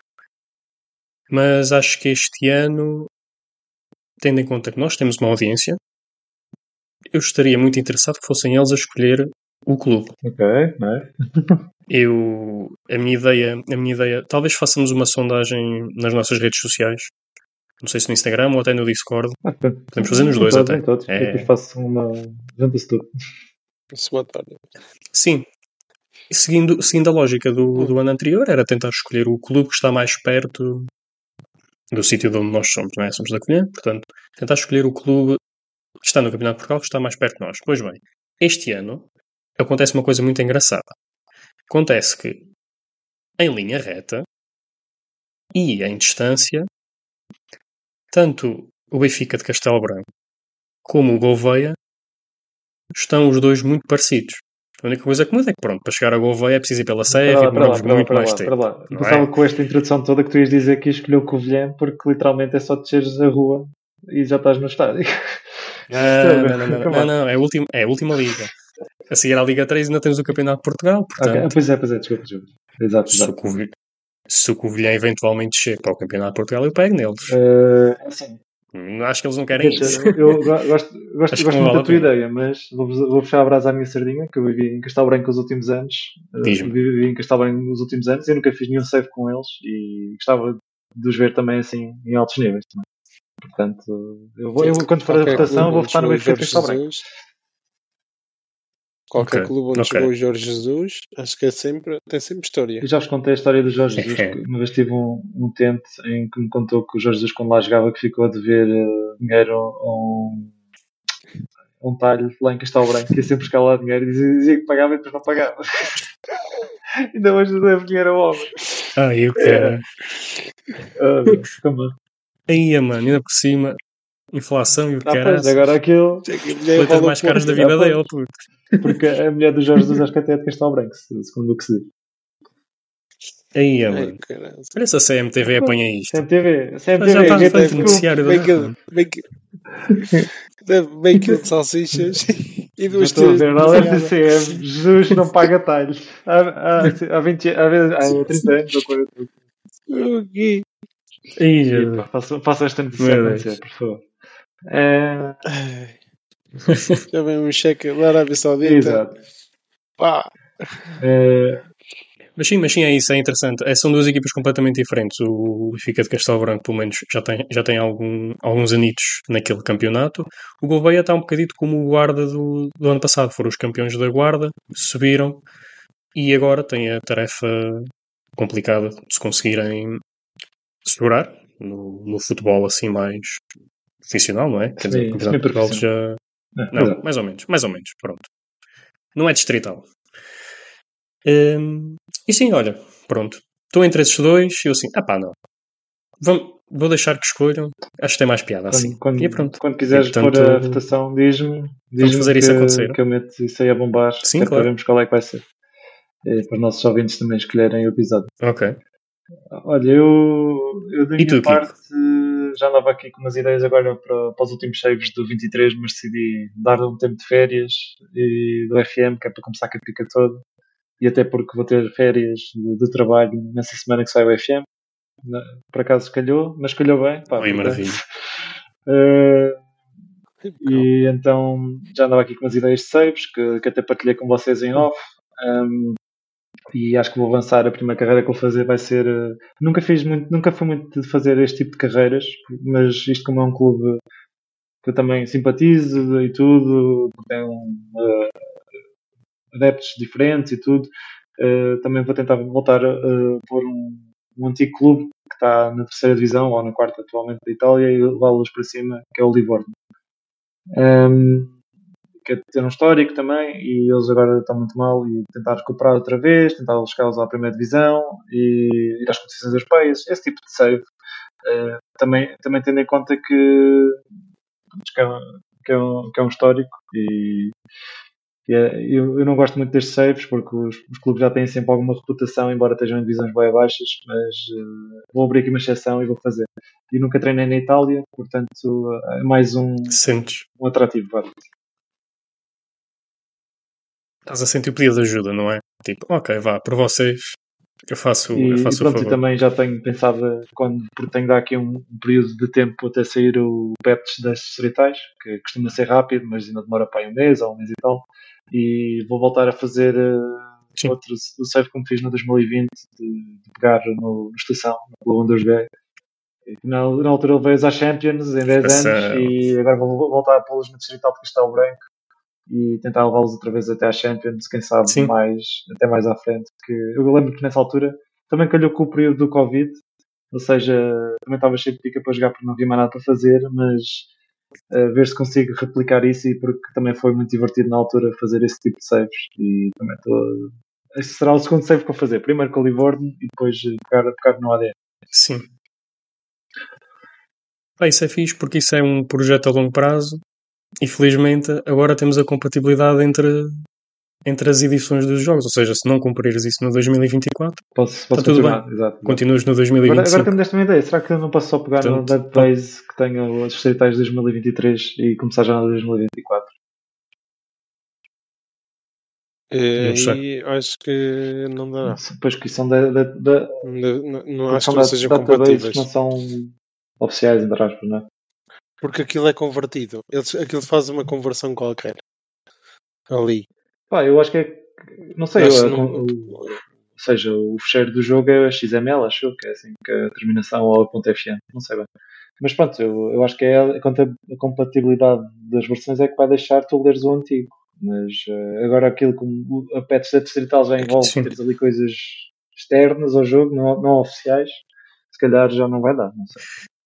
mas acho que este ano, tendo em conta que nós temos uma audiência, eu estaria muito interessado que fossem eles a escolher o clube. Ok, não é? A minha ideia, talvez façamos uma sondagem nas nossas redes sociais, não sei se no Instagram ou até no Discord. Podemos fazer nos dois até. Em todos. Depois faço uma. Junta-se tudo. Somatório. Sim. Seguindo a lógica do ano anterior, era tentar escolher o clube que está mais perto do sítio de onde nós somos, não é? Somos da Colher, portanto, tentar escolher o clube que está no Campeonato de Portugal que está mais perto de nós. Pois bem, este ano acontece uma coisa muito engraçada. Acontece que, em linha reta e em distância, tanto o Benfica de Castelo Branco como o Gouveia estão os dois muito parecidos. A única coisa que muda é que, pronto, para chegar a Gouveia é preciso ir pela serra e demoramos muito mais tempo. Pensava que com esta introdução toda que tu ias dizer que escolheu o Covilhã porque literalmente é só desceres a rua e já estás no estádio. Não, é a última liga. A seguir à Liga 3 ainda temos o Campeonato de Portugal, portanto... Okay. Pois é, desculpa. Exato. Se o Covilhã eventualmente chega para o Campeonato de Portugal, eu pego neles. Assim, Acho que eles não querem Deixa, isso. eu gosto Acho que gosto não muito vale da a tua pena. ideia, mas vou puxar a brasa à minha sardinha, que eu vivi em Castelo Branco os últimos anos. Diz-me. Vivi em Castelo Branco os últimos anos e nunca fiz nenhum save com eles e gostava de os ver também assim em altos níveis também. Portanto, quando for a Qualquer votação, clube vou onde votar no jogou o Benfica de Jorge Castelo Branco. Jesus, qualquer Ok, clube onde ok. jogou o Jorge Jesus, acho que tem sempre história. Eu já vos contei a história do Jorge Jesus, que uma vez tive um utente em que me contou que o Jorge Jesus, quando lá jogava, que ficou a dever dinheiro a um talho lá em Castelo Branco, que ia sempre buscar lá dinheiro e dizia que pagava e depois não pagava. Ainda hoje deve dinheiro ao homem. Ai, eu É, quero. também. Aí, mano, ainda por cima, inflação e o Pois, caraças. agora aquilo. Sei que a As mulher coletas vale o mais caras da ponto. vida Pois, dele, puto. porque a mulher do Jorge Jesus acho que até é de Castelo Branco, segundo o que se diz. Aí, Ai, mano. caralho. Olha se a CMTV Pronto, apanha isto. CMTV, Já CMTV, está Rede feito o Scoop. noticiário da net, mano. Bem quilo de salsichas e Já duas estou a tiras ver de na piada. LFCM, Jesus não paga talhos. Há 20, há 30 anos ou 40. O quê? Aí, E Jesus. pá, faça esta notícia Meu acontecer, Deus. por favor. É, Ai, já vem um cheque da Arábia Saudita. exato. Pá. É, Mas sim, é isso, é interessante. São duas equipas completamente diferentes. O Benfica de Castelo Branco, pelo menos, já tem alguns anitos naquele campeonato. O Gouveia está um bocadito como o Guarda do ano passado. Foram os campeões da Guarda, subiram e agora têm a tarefa complicada de se conseguirem segurar no futebol assim mais profissional, não é? Quer dizer, o Campeonato de Portugal Semi-profissional. já... Não, Exato. mais ou menos, pronto. Não é distrital. E sim, olha, pronto. Estou entre esses dois e eu assim, pá, não. Vou deixar que escolham. Acho que tem mais piada assim. E pronto. Quando E quiseres pôr a portanto, votação, vamos diz-me fazer isso acontecer. que eu meto isso aí a bombar, Sim, que é para claro. vermos qual é que vai ser. Para os nossos ouvintes também escolherem o episódio. Ok. Olha, eu da E minha tu, Kiko? parte já andava aqui com umas ideias agora para os últimos saves do 23, mas decidi dar um tempo de férias e do FM, que é para começar com a pica toda. E até porque vou ter férias de trabalho nessa semana que sai o FM. Por acaso calhou, mas calhou bem. Pá, Oi, portanto, maravilha. eh, Calma. e então já andava aqui com umas ideias de saves que até partilhei com vocês em off. E acho que vou avançar. A primeira carreira que vou fazer vai ser. Nunca fui muito de fazer este tipo de carreiras, mas isto, como é um clube que eu também simpatizo e tudo, tem adeptos diferentes e tudo, também vou tentar voltar a pôr um antigo clube que está na terceira divisão ou na quarta atualmente da Itália e levá-los para cima, que é o Livorno. Quer ter um histórico também e eles agora estão muito mal e tentar recuperar outra vez, tentar chegá-los à primeira divisão e ir às competições europeias, esse tipo de save. Também tendo em conta que é um histórico e eu não gosto muito destes saves porque os clubes já têm sempre alguma reputação, embora estejam em divisões bem baixas, mas vou abrir aqui uma exceção e vou fazer. E nunca treinei na Itália, portanto é mais Sentes? um atrativo. Vale. Estás a sentir o pedido de ajuda, não é? Tipo, ok, vá, por vocês, eu faço E o pronto, e favor. também já tenho pensado, porque tenho de dar aqui um período de tempo até sair o patch das distritais, que costuma ser rápido, mas ainda demora para aí um mês ou um mês e tal. E vou voltar a fazer Sim. o save como fiz no 2020, de pegar no estação, no clube onde eu joguei. Na altura ele veio às Champions em 10 anos e agora vou voltar a pô-los no distrital de Castelo Branco e tentar levá-los outra vez até à Champions, quem sabe Sim. até mais à frente. Porque eu lembro que nessa altura também calhou com o período do Covid, ou seja, também estava cheio de pica para jogar porque não havia mais nada para fazer, mas ver se consigo replicar isso e porque também foi muito divertido na altura fazer esse tipo de saves e também estou. Esse será o segundo save que vou fazer. Primeiro com o Livorno e depois pegar no ADN. Sim. Isso é fixe porque isso é um projeto a longo prazo e felizmente agora temos a compatibilidade entre as edições dos jogos, ou seja, se não cumprires isso no 2024, Posso está tudo continuar, bem. exato. Continuas no Agora 2025. que me deste uma ideia, será que eu não posso só pegar no Portanto, database que tenho os distritais de 2023 e começar já no 2024? não sei. E acho que não dará. Pois que são Não porque acho são que não sejam databases que compatíveis. não são oficiais, entre aspas, não é? Porque aquilo é convertido. Aquilo faz uma conversão qualquer. Ali. Pá, eu acho que é. Não sei, Acho que ou seja, o fecheiro do jogo é XML, acho eu, que é assim, que a terminação ou a .fm, não sei bem. Mas pronto, eu acho que é a compatibilidade das versões é que vai deixar tu leres o antigo. Mas agora aquilo como a patch da Distrital já envolve Sim. teres ali coisas externas ao jogo, não oficiais, se calhar já não vai dar, não sei.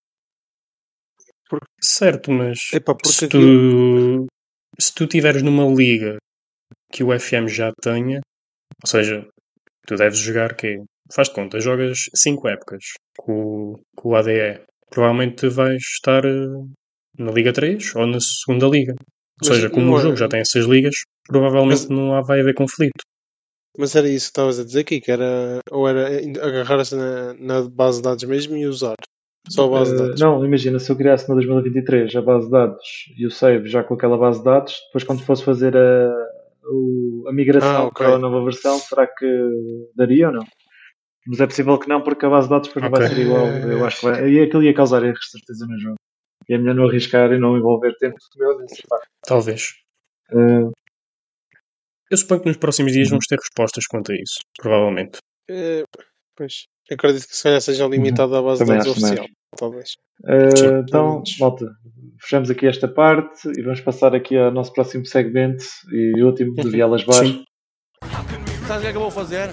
Certo, mas Epá, porque se tu tiveres numa liga que o FM já tenha, ou seja, tu deves jogar que faz de conta, jogas 5 épocas com o ADE. Provavelmente vais estar na Liga 3 ou na segunda liga. Ou Mas seja, como não o é- jogo já tem essas ligas, provavelmente Mas- vai haver conflito. Mas era isso que estavas a dizer aqui, que era ou era agarrar-se na base de dados mesmo e usar. Só a base de dados. Não, imagina, se eu criasse no 2023 a base de dados e o save já com aquela base de dados, depois quando fosse fazer a migração ok. para a nova versão, será que daria ou não? Mas é possível que não, porque a base de dados depois não vai Ok. ser igual. Eu acho que vai. E aquilo ia causar erros, de certeza, no jogo. E é melhor não arriscar e não envolver tempo meu nessa parte. Talvez. Uh, Eu suponho que nos próximos dias vamos ter respostas quanto a isso. Provavelmente. Pois. Acredito que se calhar seja limitado à base de Também dados acho, também oficial. Talvez. então, malta, fechamos aqui esta parte e vamos passar aqui ao nosso próximo segmento e último do Vielas Bar. Sim. Sabe o que é que eu vou fazer?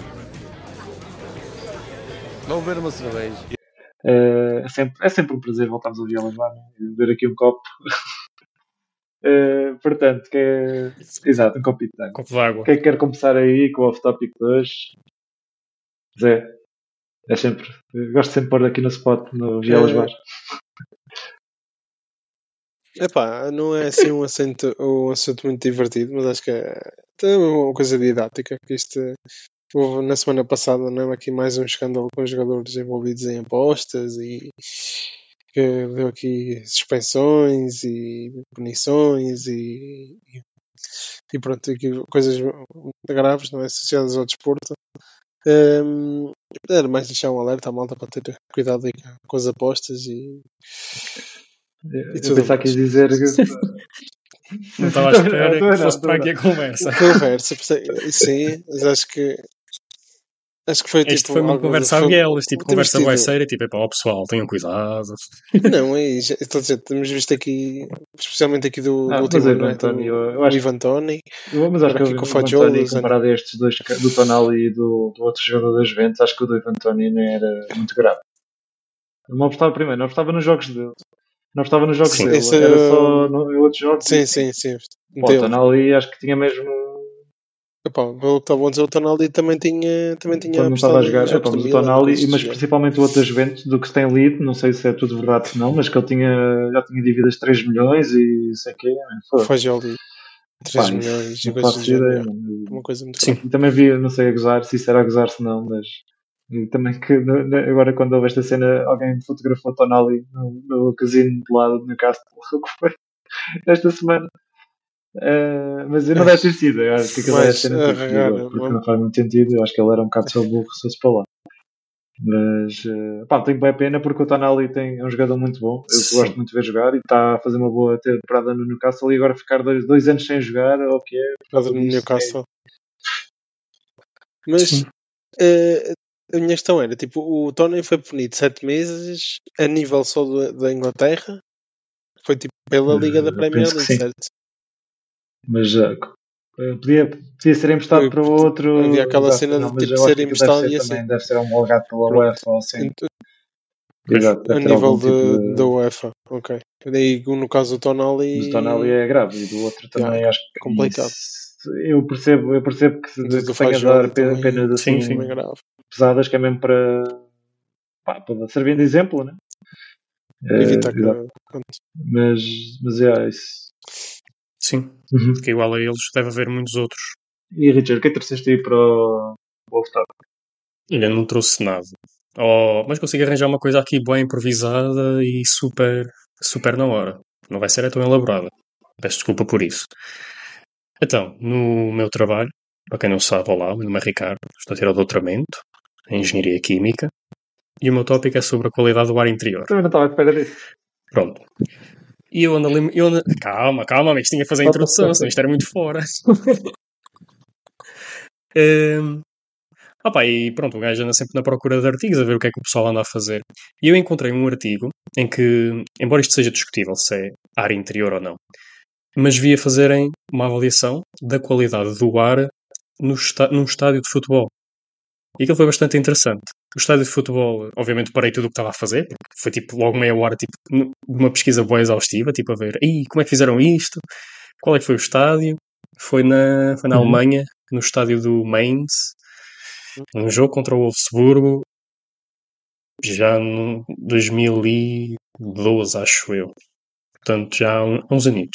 Vou beber uma cerveja. É sempre um prazer voltarmos a Vielas Bar, né? E beber aqui um copo. Portanto, exato, um copito de água. Copo de água. Quem quer começar aí com o off-topic de hoje? Zé, é sempre. Gosto sempre de pôr aqui no spot no Vielas Bar. Epá, não é assim um assunto muito divertido, mas acho que é uma coisa didática. Que isto houve na semana passada, não é? Aqui mais um escândalo com os jogadores envolvidos em apostas e que deu aqui suspensões e punições e pronto, aqui coisas graves, não é? Associadas ao desporto. Era mais deixar um alerta à malta para ter cuidado aí com as apostas e Eu pensava que ia dizer. Não estava à espera que fosse para aqui a conversa. Conversa, sim, mas acho que foi tipo. Isto foi uma conversa a vielas, tipo conversa boa séria, tipo, ó pessoal, tenham cuidado. Não, é isso. Estou a dizer, temos visto aqui, especialmente aqui do último ano, o Ivan Toney. Mas acho que o Ivan Toney, comparado a estes dois, do Tonali e do outro jogador das Juventus, acho que o do Ivan Toney não era muito grave. Não apostava primeiro, não apostava nos jogos dele. Não estava nos jogos dele, era só em outros jogos. Sim. O Tonali acho que tinha mesmo. Eu estava a dizer, o Tonali também tinha Não estava a jogar, o Tonali, mas principalmente o outro Juventus, do que se tem lido, não sei se é tudo verdade ou não, mas que ele já tinha dívidas de 3 milhões e sei o quê. Foi já ali 3 milhões e coisas do ideia, uma coisa muito Sim. E também vi, não sei a gozar, se isso era a gozar se não, mas também que agora quando houve esta cena alguém fotografou o Tonali no casino de lado do Newcastle, o que foi esta semana. Mas eu não deve ter sido, eu acho que aquilo é cena porque não faz muito sentido, eu acho que ele era um bocado só burro se fosse para lá. Mas tenho bem pena porque o Tonali é um jogador muito bom, eu gosto muito de ver jogar e está a fazer uma boa temporada no Newcastle e agora ficar 2 anos sem jogar, ou o que é? No Newcastle. Mas a minha questão era, tipo, o Tony foi punido 7 meses a nível só da Inglaterra, foi tipo pela Liga da Premier League, certo? Mas podia ser emprestado para o outro. Havia aquela cena de tipo, ser emprestado e assim. Deve ser homologado pela UEFA ou assim. Exato, a nível da UEFA, ok. Daí no caso do Tonali. O Tonali é grave e do outro também acho que complicado. Eu percebo que se tenha de dar penas assim pesadas, que é mesmo para servir de exemplo, né? Evitar que. Mas é isso. Sim, porque igual a eles deve haver muitos outros. E Richard, o que é que trouxeste aí para o off-top? Ainda não trouxe nada. Mas consigo arranjar uma coisa aqui bem improvisada e super na hora. Não vai ser tão elaborada. Peço desculpa por isso. Então, no meu trabalho, para quem não sabe, olá, meu nome é Ricardo, estou a tirar o doutoramento em Engenharia Química e o meu tópico é sobre a qualidade do ar interior. Também não estava à espera disso. Pronto. E eu ando ali. Calma, mas tinha que fazer a introdução, senão isto era muito fora. E pronto, o gajo anda sempre na procura de artigos a ver o que é que o pessoal anda a fazer. E eu encontrei um artigo em que, embora isto seja discutível se é área interior ou não, mas via fazerem uma avaliação da qualidade do ar num estádio de futebol. E aquilo foi bastante interessante. O estádio de futebol, obviamente parei tudo o que estava a fazer, porque foi tipo logo meia hora tipo, de uma pesquisa boa exaustiva, tipo a ver como é que fizeram isto, qual é que foi o estádio. Foi na Alemanha, no estádio do Mainz, um jogo contra o Wolfsburgo, já em 2012, acho eu. Portanto, já há uns anitos.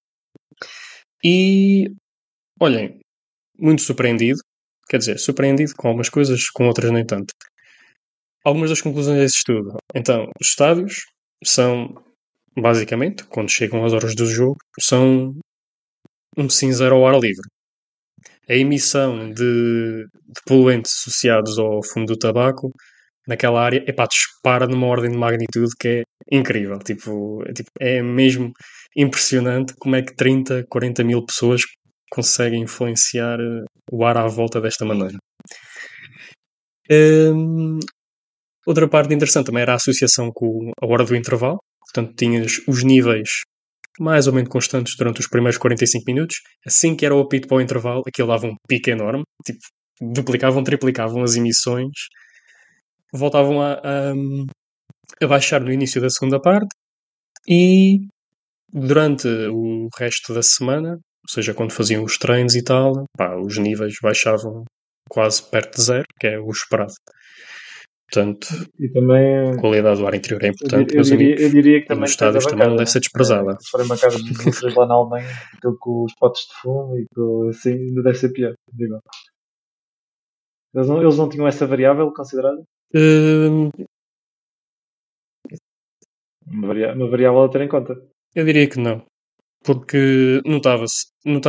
E, olhem, muito surpreendido. Quer dizer, surpreendido com algumas coisas, com outras nem tanto. Algumas das conclusões desse estudo. Então, os estádios são, basicamente, quando chegam as horas do jogo, são um cinzeiro ao ar livre. A emissão de poluentes associados ao fumo do tabaco naquela área, dispara numa ordem de magnitude que é incrível. É mesmo impressionante como é que 30, 40 mil pessoas conseguem influenciar o ar à volta desta maneira. Outra parte interessante também era a associação com a hora do intervalo. Portanto, tinhas os níveis mais ou menos constantes durante os primeiros 45 minutos. Assim que era o apito para o intervalo, aquilo dava um pico enorme. Duplicavam, triplicavam as emissões. Voltavam a baixar no início da segunda parte. E durante o resto da semana, ou seja, quando faziam os treinos e tal, os níveis baixavam quase perto de zero, que é o esperado. Portanto, e também, a qualidade do ar interior é importante, eu diria que também nos estádios também não deve ser desprezada. Se forem bancadas de indústrias lá na Alemanha, aquilo com os potes de fumo e com assim, ainda deve ser pior. Digo. Eles não tinham essa variável considerada? Uma variável a ter em conta. Eu diria que não. Porque notava-se.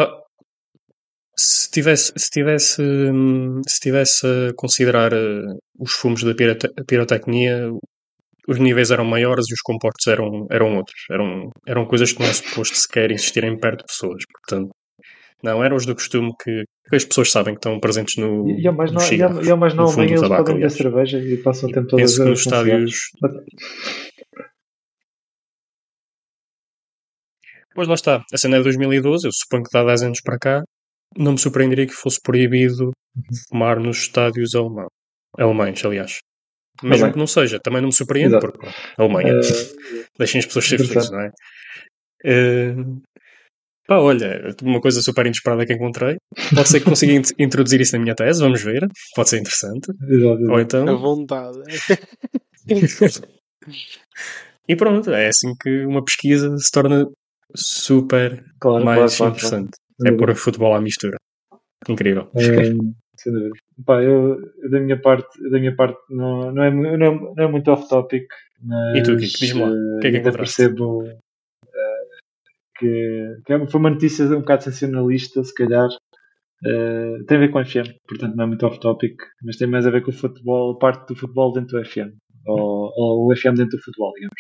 Se tivesse a considerar os fumos da pirotecnia, os níveis eram maiores e os comportos eram outros. Eram coisas que não é suposto sequer existirem perto de pessoas. Portanto, não, eram os do costume que as pessoas sabem que estão presentes no cigarros, no fumo do eles tabaco, podem beber aliás. cerveja e passam o tempo todo Penso que a nos estádios... Pois lá está, a cena é de 2012, eu suponho que dá 10 anos para cá, não me surpreenderia que fosse proibido fumar nos estádios alemães, aliás. Mesmo que não seja, também não me surpreende, Exato. porque Alemanha, deixem as pessoas ser felizes, não é? Olha, uma coisa super inesperada que encontrei. Pode ser que consiga introduzir isso na minha tese, vamos ver. Pode ser interessante. Exato. Ou então... A vontade. E pronto, é assim que uma pesquisa se torna super mais interessante. Claro. É pôr futebol à mistura. Incrível. Sem dúvida. Eu da minha parte não é muito off-topic, mas E tu, Kiko, diz-me lá, o que é que até encontraste? percebo que foi uma notícia um bocado sensacionalista, se calhar. Tem a ver com o FM, portanto não é muito off-topic, mas tem mais a ver com o futebol, parte do futebol dentro do FM, ou o FM dentro do futebol, digamos.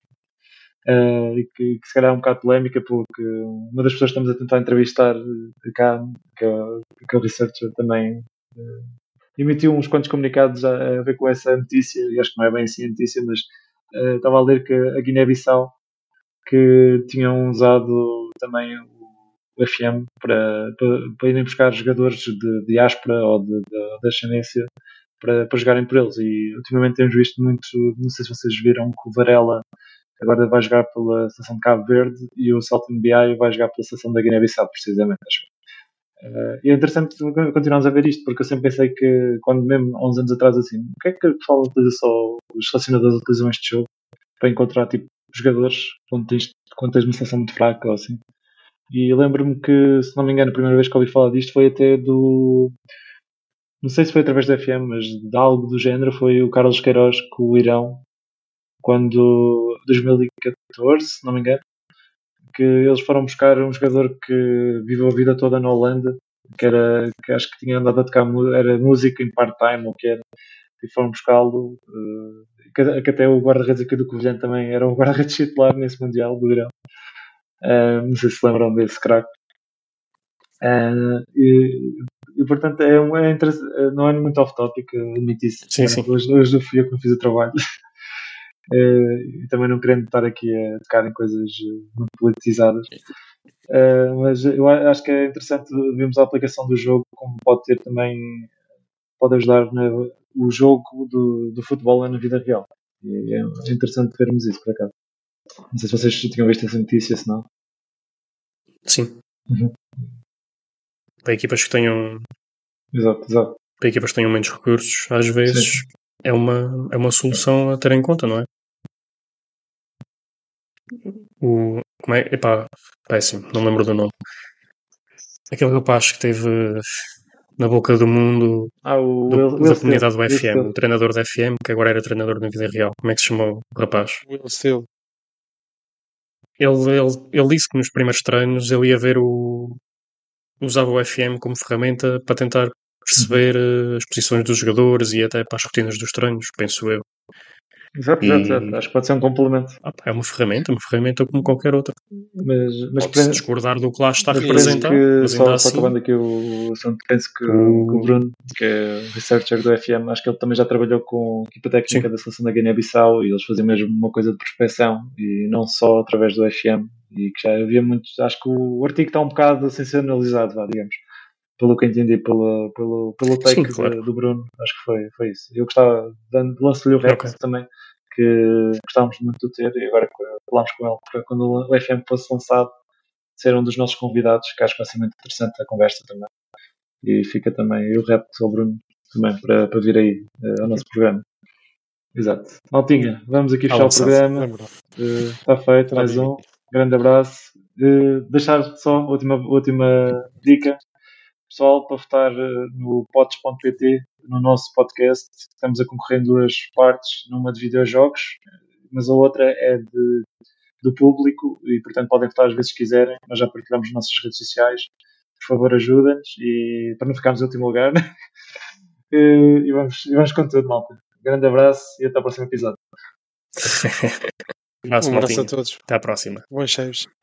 E que se calhar é um bocado polémica, porque uma das pessoas que estamos a tentar entrevistar cá, que é o researcher, também emitiu uns quantos comunicados a ver com essa notícia, e acho que não é bem assim a notícia, mas estava a ler que a Guiné-Bissau que tinham usado também o FM para irem buscar jogadores de diáspora ou de ascendência para jogarem por eles, e ultimamente temos visto muito, não sei se vocês viram, que o Varela agora vai jogar pela seleção de Cabo Verde e o Celton BI vai jogar pela seleção da Guiné-Bissau, precisamente, acho. E é interessante continuarmos a ver isto, porque eu sempre pensei que, quando mesmo há uns anos atrás, assim, o que é que o pessoal utiliza só, os selecionadores utilizam este jogo para encontrar tipo jogadores quando tens uma seleção muito fraca ou assim. E lembro-me que, se não me engano, a primeira vez que ouvi falar disto foi até não sei se foi através da FM, mas de algo do género, foi o Carlos Queiroz com o Irão, quando 2014, se não me engano, que eles foram buscar um jogador que viveu a vida toda na Holanda, que acho que tinha andado a tocar, era músico em part-time, ou que era, e foram buscá-lo, que até o guarda-redes aqui do Covilhã também era um guarda-redes titular nesse Mundial do Irão. Não sei se lembram desse craque. E portanto não é muito off-topic, admito isso. Sim, sim. Hoje fui eu que não fiz o trabalho. E também não querendo estar aqui a tocar em coisas muito politizadas. Mas eu acho que é interessante vermos a aplicação do jogo, como pode ajudar o jogo do futebol na vida real. E é interessante vermos isso, por acaso. Não sei se vocês tinham visto essa notícia, se não. Sim. Uhum. Para equipas que tenham Exato. para equipas que tenham menos recursos, às vezes é uma solução a ter em conta, não é? Como é? Epá, péssimo, não me lembro do nome. Aquele rapaz que teve na boca do mundo da comunidade do FM, o treinador da FM, que agora era treinador na vida real. Como é que se chamou o rapaz? Will Steele. Ele disse que nos primeiros treinos ele ia ver usava o FM como ferramenta para tentar perceber as posições dos jogadores e até para as rotinas dos treinos, penso eu. Exato. Acho que pode ser um complemento. É uma ferramenta como qualquer outra. Mas pode-se discordar do que lá está penso representado, mas ainda só assim... acabando aqui o assunto, penso que o Bruno, que é researcher do FM, acho que ele também já trabalhou com a equipa técnica da seleção da Guiné-Bissau e eles faziam mesmo uma coisa de prospecção e não só através do FM, e que já havia muitos, acho que o artigo está um bocado sensacionalizado, digamos, pelo que entendi pelo take do Bruno, acho que foi isso. Eu gostava, lanço-lhe o rap também, que gostávamos muito de ter, e agora falámos com ele para quando o FM fosse lançado ser um dos nossos convidados, que acho que vai ser muito interessante a conversa também. E fica também o rap ao Bruno também para vir aí ao nosso programa. Exato. Maltinha, vamos aqui fechar o programa. Está feito, mais um. Grande abraço. Deixar só a última dica, pessoal, para votar no pods.pt, no nosso podcast. Estamos a concorrer em 2 partes, numa de videojogos, mas a outra é do público e, portanto, podem votar às vezes se quiserem. Nós já partilhamos nas nossas redes sociais. Por favor, ajudem-nos e para não ficarmos em último lugar. E vamos com tudo, malta. Grande abraço e até ao próximo episódio. Um abraço a todos. Até à próxima. Bons cheios.